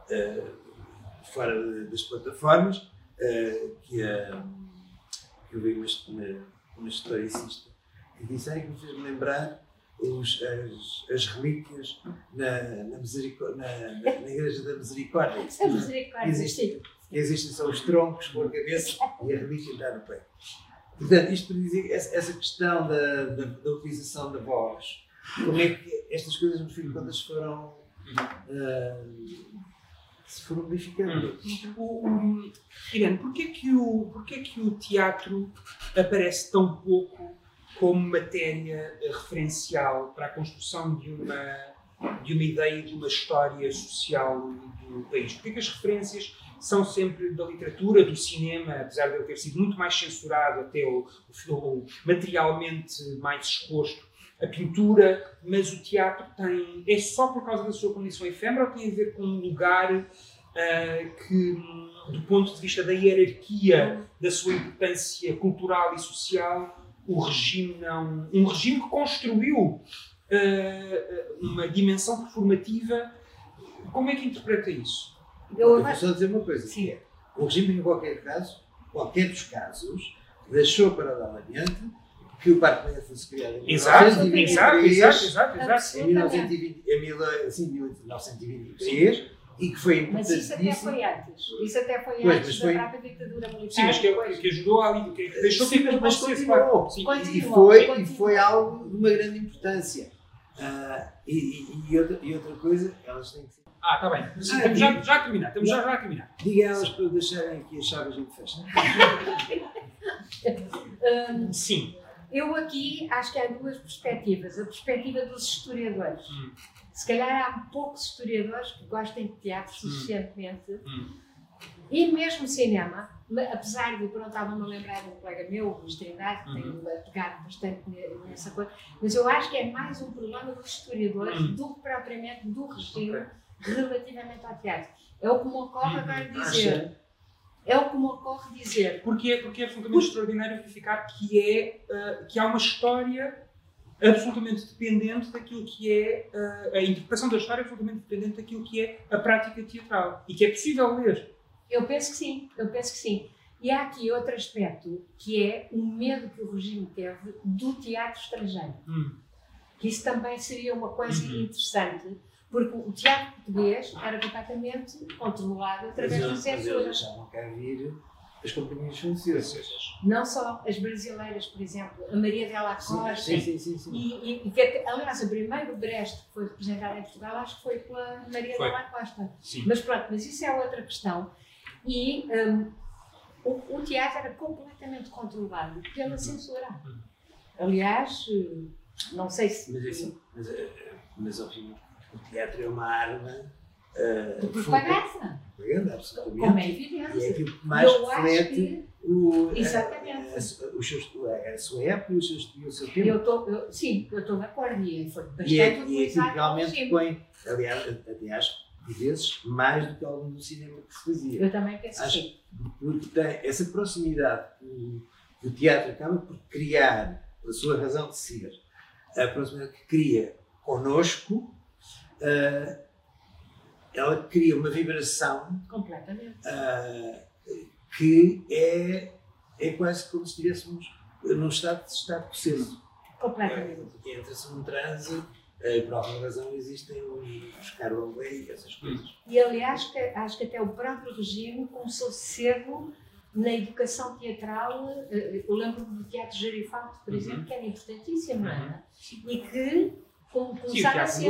fora das plataformas, que eu vi uma historicista que disse que me fez-me lembrar as relíquias na Igreja da Misericórdia. A Misericórdia, Existem só os troncos com a cabeça e a relíquia está no pé. Portanto, isto para dizer essa questão da utilização da voz, como é que estas coisas, no fim de contas, se foram modificando. Irene, porquê que o teatro aparece tão pouco como matéria referencial para a construção de uma ideia, de uma história social do país? Porquê que as referências são sempre da literatura, do cinema, apesar de ele ter sido muito mais censurado, até o materialmente mais exposto, a pintura, mas o teatro é só por causa da sua condição efêmera ou tem a ver com um lugar que, do ponto de vista da hierarquia, da sua importância cultural e social, um regime que construiu uma dimensão performativa? Como é que interpreta isso? Eu vou só dizer uma coisa, que é, o regime, em qualquer dos casos, deixou para dar adiante que o Parque Maia fosse criado em 1923, em 1923, e que foi importante. Mas isso até foi antes. Isso até foi antes da própria ditadura militar. Sim, mas que ajudou ali, que deixou que mas continuou. E foi algo de uma grande importância. E outra coisa, elas têm que ser. Está bem. Estamos já a terminar. Estamos já a terminar. Diga elas para deixarem aqui as chaves de festa. Sim. Eu aqui acho que há duas perspectivas. A perspectiva dos historiadores. Se calhar há poucos historiadores que gostem de teatro suficientemente. E mesmo cinema, apesar de, estava-me a lembrar de um colega meu, o Luís Trindade, que tem pegado bastante nessa coisa, mas eu acho que é mais um problema dos historiadores do que propriamente do regime relativamente ao teatro. É o que me ocorre agora dizer. É o que me ocorre dizer. Porque é absolutamente extraordinário verificar que há uma história absolutamente dependente daquilo que é a interpretação da história, absolutamente dependente daquilo que é a prática teatral e que é possível ler. Eu penso que sim. E há aqui outro aspecto, que é o medo que o regime teve do teatro estrangeiro. Que isso também seria uma coisa interessante, porque o teatro português era completamente controlado através da censura. Eles deixavam cá vir as companhias francesas. Não só as brasileiras, por exemplo, a Maria Della Costa. Sim. E que, aliás, o primeiro Brecht que foi representado em Portugal, acho que foi pela Maria Della Costa. Sim. Mas pronto, mas isso é outra questão. E o teatro era completamente controlado pela censura. Aliás, não sei se... Mas obviamente, o teatro é uma arma de propaganda. Propaganda, absolutamente. Como é evidente. E é aquilo que mais reflete a sua época e o seu tempo. Eu estou de acordo. E foi bastante E é aquilo que utilizado realmente põe, aliás, de vezes, mais do que algum do cinema que se fazia. Eu também penso assim. Porque tem essa proximidade que o teatro acaba por criar, pela sua razão de ser, a proximidade que cria connosco, ela cria uma vibração completamente. Que é quase como se estivéssemos num estado de cocendo. Completamente. Entra-se num transe, por alguma razão existem os carolé e essas coisas. E aliás, acho que até o próprio regime começou cedo na educação teatral. Eu lembro-me do Teatro Gerifalte, por exemplo, que era importantíssimo, não é? E que começaram a ser.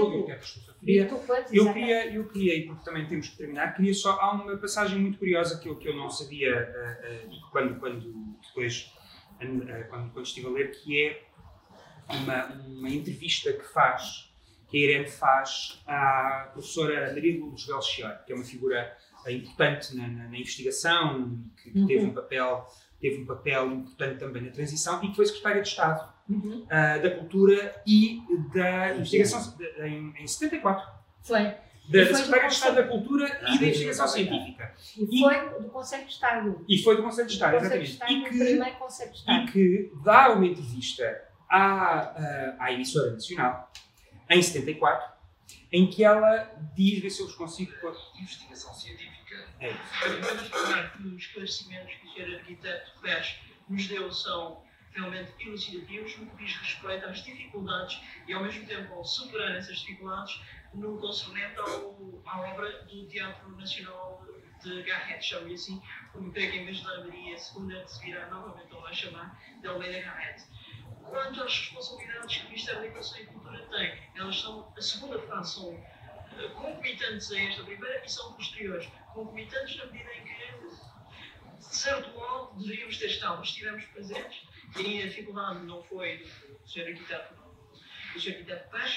Eu queria, e porque também temos que terminar, há uma passagem muito curiosa que eu não sabia quando estive a ler, que é uma entrevista que a Irene faz à professora Maria de Lourdes Belchior, que é uma figura importante na investigação, que teve um papel importante também na transição e que foi secretária de Estado da Cultura e da Investigação em 74. Foi. Da Secretaria de Estado da Cultura e da Investigação Científica. E foi do Conselho de Estado. E foi do Conselho de Estado, exatamente. Primeiro Conselho de Estado. E que dá uma entrevista à emissora nacional, em 74, em que ela diz, vê se eu vos consigo pôr. Investigação científica. É isso. Para recordar que os esclarecimentos que o Sr. Arquiteto Pérez nos deu são realmente elucidativos no que diz respeito às dificuldades e, ao mesmo tempo, ao superar essas dificuldades no concernente à obra do Teatro Nacional de Garrett, chamo-lhe assim, como creio que em vez de Ana Maria II se virá novamente a chamar de Almeida Garrett. Quanto às responsabilidades que o Ministério da Educação e Cultura tem, elas são, a segunda fase, são concomitantes a esta primeira e são posteriores. Concomitantes na medida em que, de certo modo, deveríamos ter estado, mas estivemos presentes, e aí a dificuldade não foi do Sr. Arquiteto Peixe,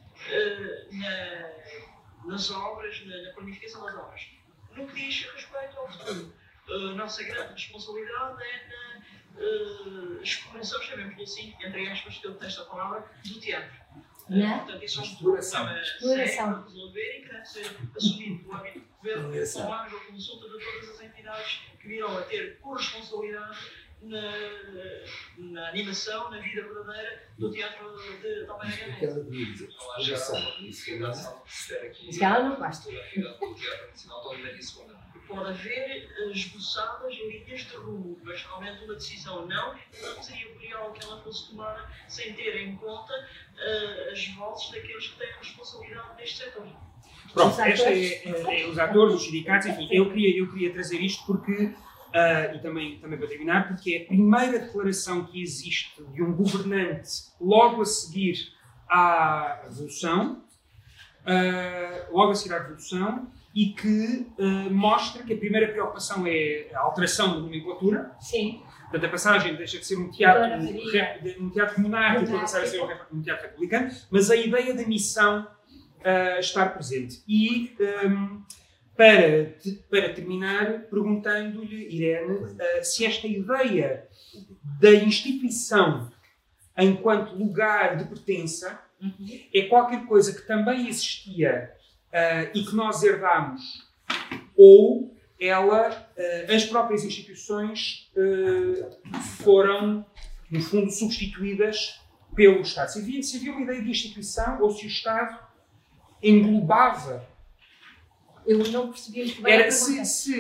nas obras, na planificação das obras. No que diz respeito ao futuro, a nossa grande responsabilidade é na exploração, chamemos-lhe assim, entre aspas, que eu detesto a palavra, do teatro. Portanto, isso é um problema sério a resolver e que deve ser assumido pelo âmbito do governo, com a consulta de todas as entidades que virão a ter corresponsabilidade na animação, na vida verdadeira do teatro de Almeida Garrett. Mas ela não gosta. Pode haver esboçadas linhas de rumo, mas realmente uma decisão não seria real que ela fosse tomada sem ter em conta as vozes daqueles que têm a responsabilidade neste setor. Pronto, os atores, os sindicatos, enfim, eu queria trazer isto porque, e também para terminar, porque é a primeira declaração que existe de um governante logo a seguir à Revolução, e que mostra que a primeira preocupação é a alteração da nomenclatura. Sim. Portanto, a passagem deixa de ser um teatro monárquico para passar a ser um teatro republicano, mas a ideia da missão estar presente. E para terminar, perguntando-lhe, Irene, se esta ideia da instituição enquanto lugar de pertença é qualquer coisa que também existia e que nós herdámos, ou as próprias instituições foram, no fundo, substituídas pelo Estado. Se havia uma ideia de instituição, ou se o Estado englobava. Eu não percebi muito bem a pergunta.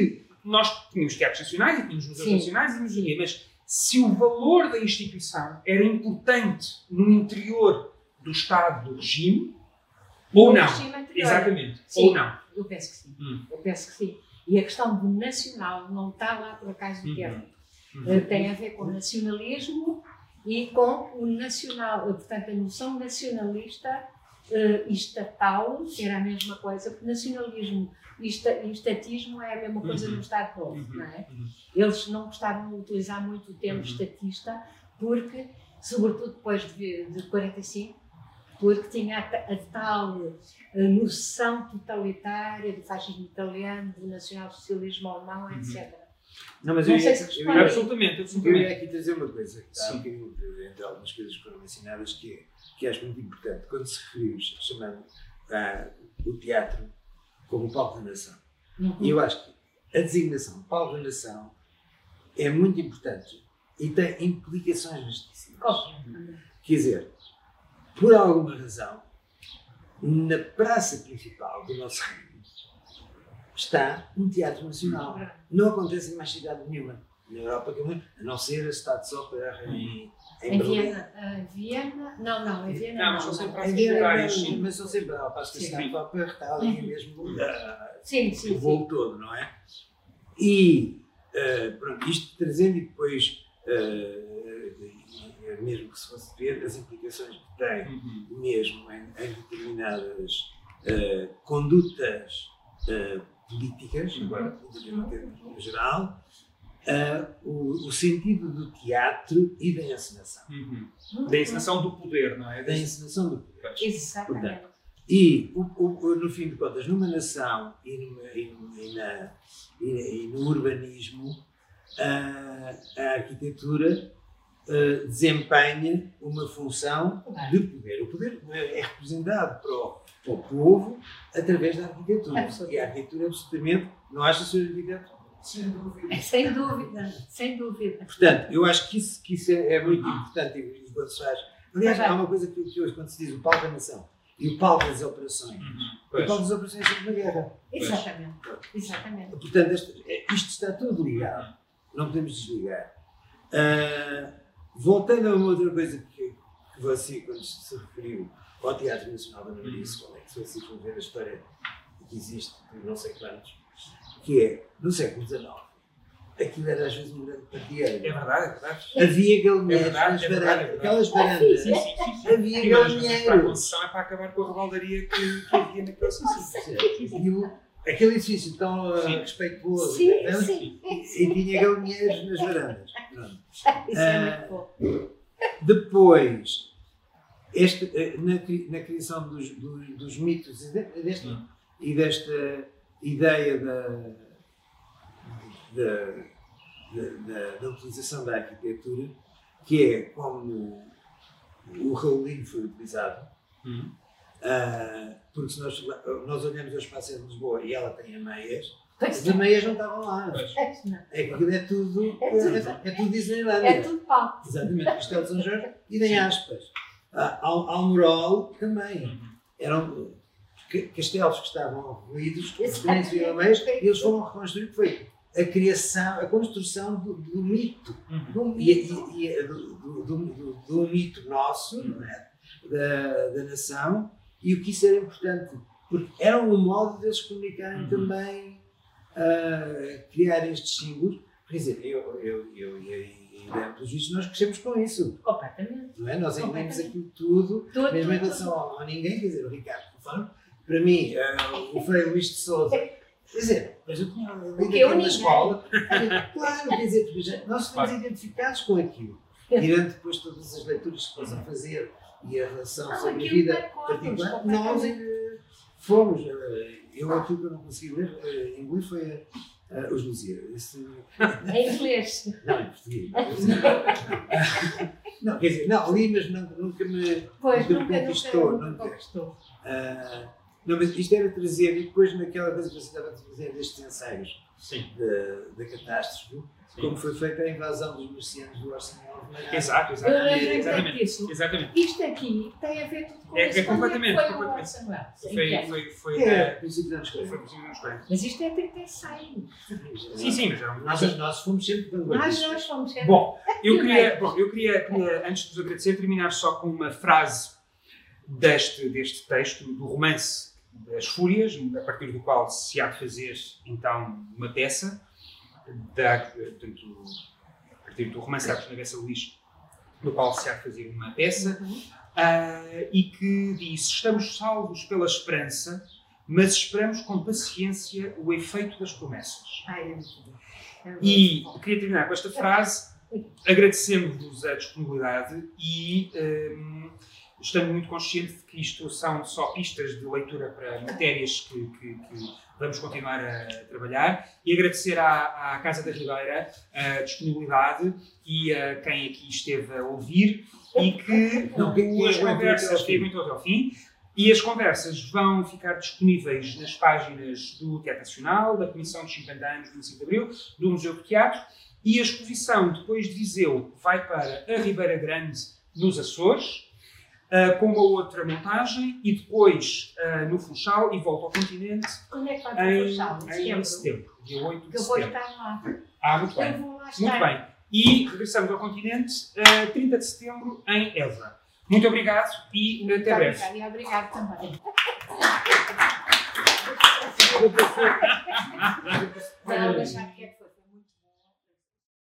nós tínhamos teatros nacionais e tínhamos museus Sim. nacionais e tínhamos ninguém, mas se o valor da instituição era importante no interior do Estado do regime, ou No não. regime anterior. Exatamente. Sim. Ou não. Eu penso que sim. Hum. Eu penso que sim. E a questão do nacional não está lá por acaso no termo. Tem a ver com o nacionalismo e com o nacional, portanto, a noção nacionalista e estatal, que era a mesma coisa, porque nacionalismo e estatismo é a mesma coisa no Estado Novo, não é? Eles não gostavam de utilizar muito o termo estatista, porque, sobretudo depois de 45, porque tinha a tal noção totalitária do fascismo italiano, do nacionalsocialismo alemão, etc. Não, mas Não eu sei ia, se eu responde. ia, Absolutamente, eu absolutamente. ia aqui trazer uma coisa, que está Sim. um bocadinho entre algumas coisas que foram mencionadas, que acho muito importante, quando se referiu, chamando o teatro como palco da nação. E eu acho que a designação palco da nação é muito importante e tem implicações vastíssimas. Quer dizer, por alguma razão, na praça principal do nosso reino está um teatro nacional. Não acontece em mais cidade nenhuma na Europa, a não ser a Staatsoper em Em Berlim. Viena, Viena, não, em Viena Não, não. mas são sempre Em praças Viena, secundárias, sim. mas são sempre a Praça da Sim. Staatsoper, está ali mesmo Sim, o sim, voo sim. todo, não é? E pronto, isto trazendo e depois, mesmo que se fosse ver as implicações que tem mesmo em determinadas condutas políticas, agora políticas no termo geral, o sentido do teatro e da encenação. Da encenação do poder, não é? Da encenação do poder. Exatamente. E, no fim de contas, numa nação e no urbanismo, a arquitetura desempenha uma função de poder. O poder é representado para o povo através da arquitetura. E a arquitetura, absolutamente, não acha, Sr. Arquiteto? Sem dúvida. Portanto, eu acho que isso é muito importante e quando se faz. Aliás, há uma coisa que hoje, quando se diz o palco da nação e o palco das operações, o palco das operações é sempre uma guerra. Exatamente. Portanto, isto está tudo ligado. Não podemos desligar. Voltando a uma outra coisa que você, quando se referiu ao Teatro Nacional da Ana Maria II, que se você for ver a história que existe por não sei quantos, que é, no século XIX, aquilo era às vezes um grande partieiro. É verdade. Havia galinheiros É verdade, nas é verdade, varandas, é verdade. aquelas varandas. Sim. Havia E uma das razões para a galinheiros. concessão é para acabar com a rebaldaria que havia naquele sítio. Aquele edifício tão respeituoso, Sim, não é? sim. E tinha galinheiros nas varandas. Pronto. Isso é muito bom. Depois, na criação dos mitos e desta ideia da utilização da arquitetura, que é como o Raulino foi utilizado, porque se nós olhamos o espaço de Lisboa e ela tem ameias, as ameias não estavam lá. É que aquilo é tudo Disneylandia. É tudo pau. Exatamente, Castelo de São Jorge e nem aspas. Almorol também. Eram castelos que estavam ruídos, que nem se viam ameias, e eles foram reconstruir, que foi a construção do mito. Do mito nosso, não é? da nação, e o que isso era importante, porque era um modo deles comunicarem também, criar estes símbolos. Quer dizer, eu e pelos vistos, nós crescemos com isso. Completamente. Não é? Nós entendemos aquilo tudo, mesmo em relação ao ninguém, quer dizer, o Ricardo Fofano, para mim, o Frei Luís de Sousa, quer dizer, mas eu tinha lido aquilo na escola, claro, quer dizer, porque nós estamos identificados com aquilo. Tirando depois todas as leituras que possam fazer e a relação sobre a vida particular, nós fomos. Aquilo que eu não consegui ler em inglês foi os Lusíadas. Em inglês. Não, em português. Não, quer dizer, li, mas nunca me conquistou. Não, mas isto era trazer, e depois naquela coisa que você estava a dizer destes ensaios da catástrofe, como foi feita a invasão dos marcianos do Orson Welles. Exato, exatamente. Isto aqui tem a ver tudo com isso. Completamente. Foi o Orson Welles. Foi princípio dos anos 40. Mas isto é 36. Sim, mas era nós fomos sempre vanguardistas. Nós fomos sempre. Bom, eu queria, antes de vos agradecer, terminar só com uma frase deste texto, do romance das Fúrias, a partir do qual se há de fazer, então, uma peça. Portanto, a partir do romance da Bessa Luís, no qual se há de fazer uma peça, e que diz: estamos salvos pela esperança, mas esperamos com paciência o efeito das promessas. E queria terminar com esta frase, agradecendo-vos a disponibilidade e estando muito consciente de que isto são só pistas de leitura para matérias que vamos continuar a trabalhar, e agradecer à Casa da Ribeira a disponibilidade e a quem aqui esteve a ouvir, e que as conversas aguentou até ao fim, e as conversas vão ficar disponíveis nas páginas do Teatro Nacional, da Comissão dos 50 anos do 25 de Abril, do Museu do Teatro, e a exposição, depois de Viseu, vai para a Ribeira Grande, nos Açores, com uma outra montagem, e depois no Funchal, e volta ao continente. Quando é que vai para o Funchal? Em setembro, dia 8 de setembro. Eu vou estar lá. Muito bem. Eu vou lá estar. Muito bem. E regressamos ao continente 30 de setembro em Évora. Muito obrigado e até breve. E obrigado também. Não, mas já que é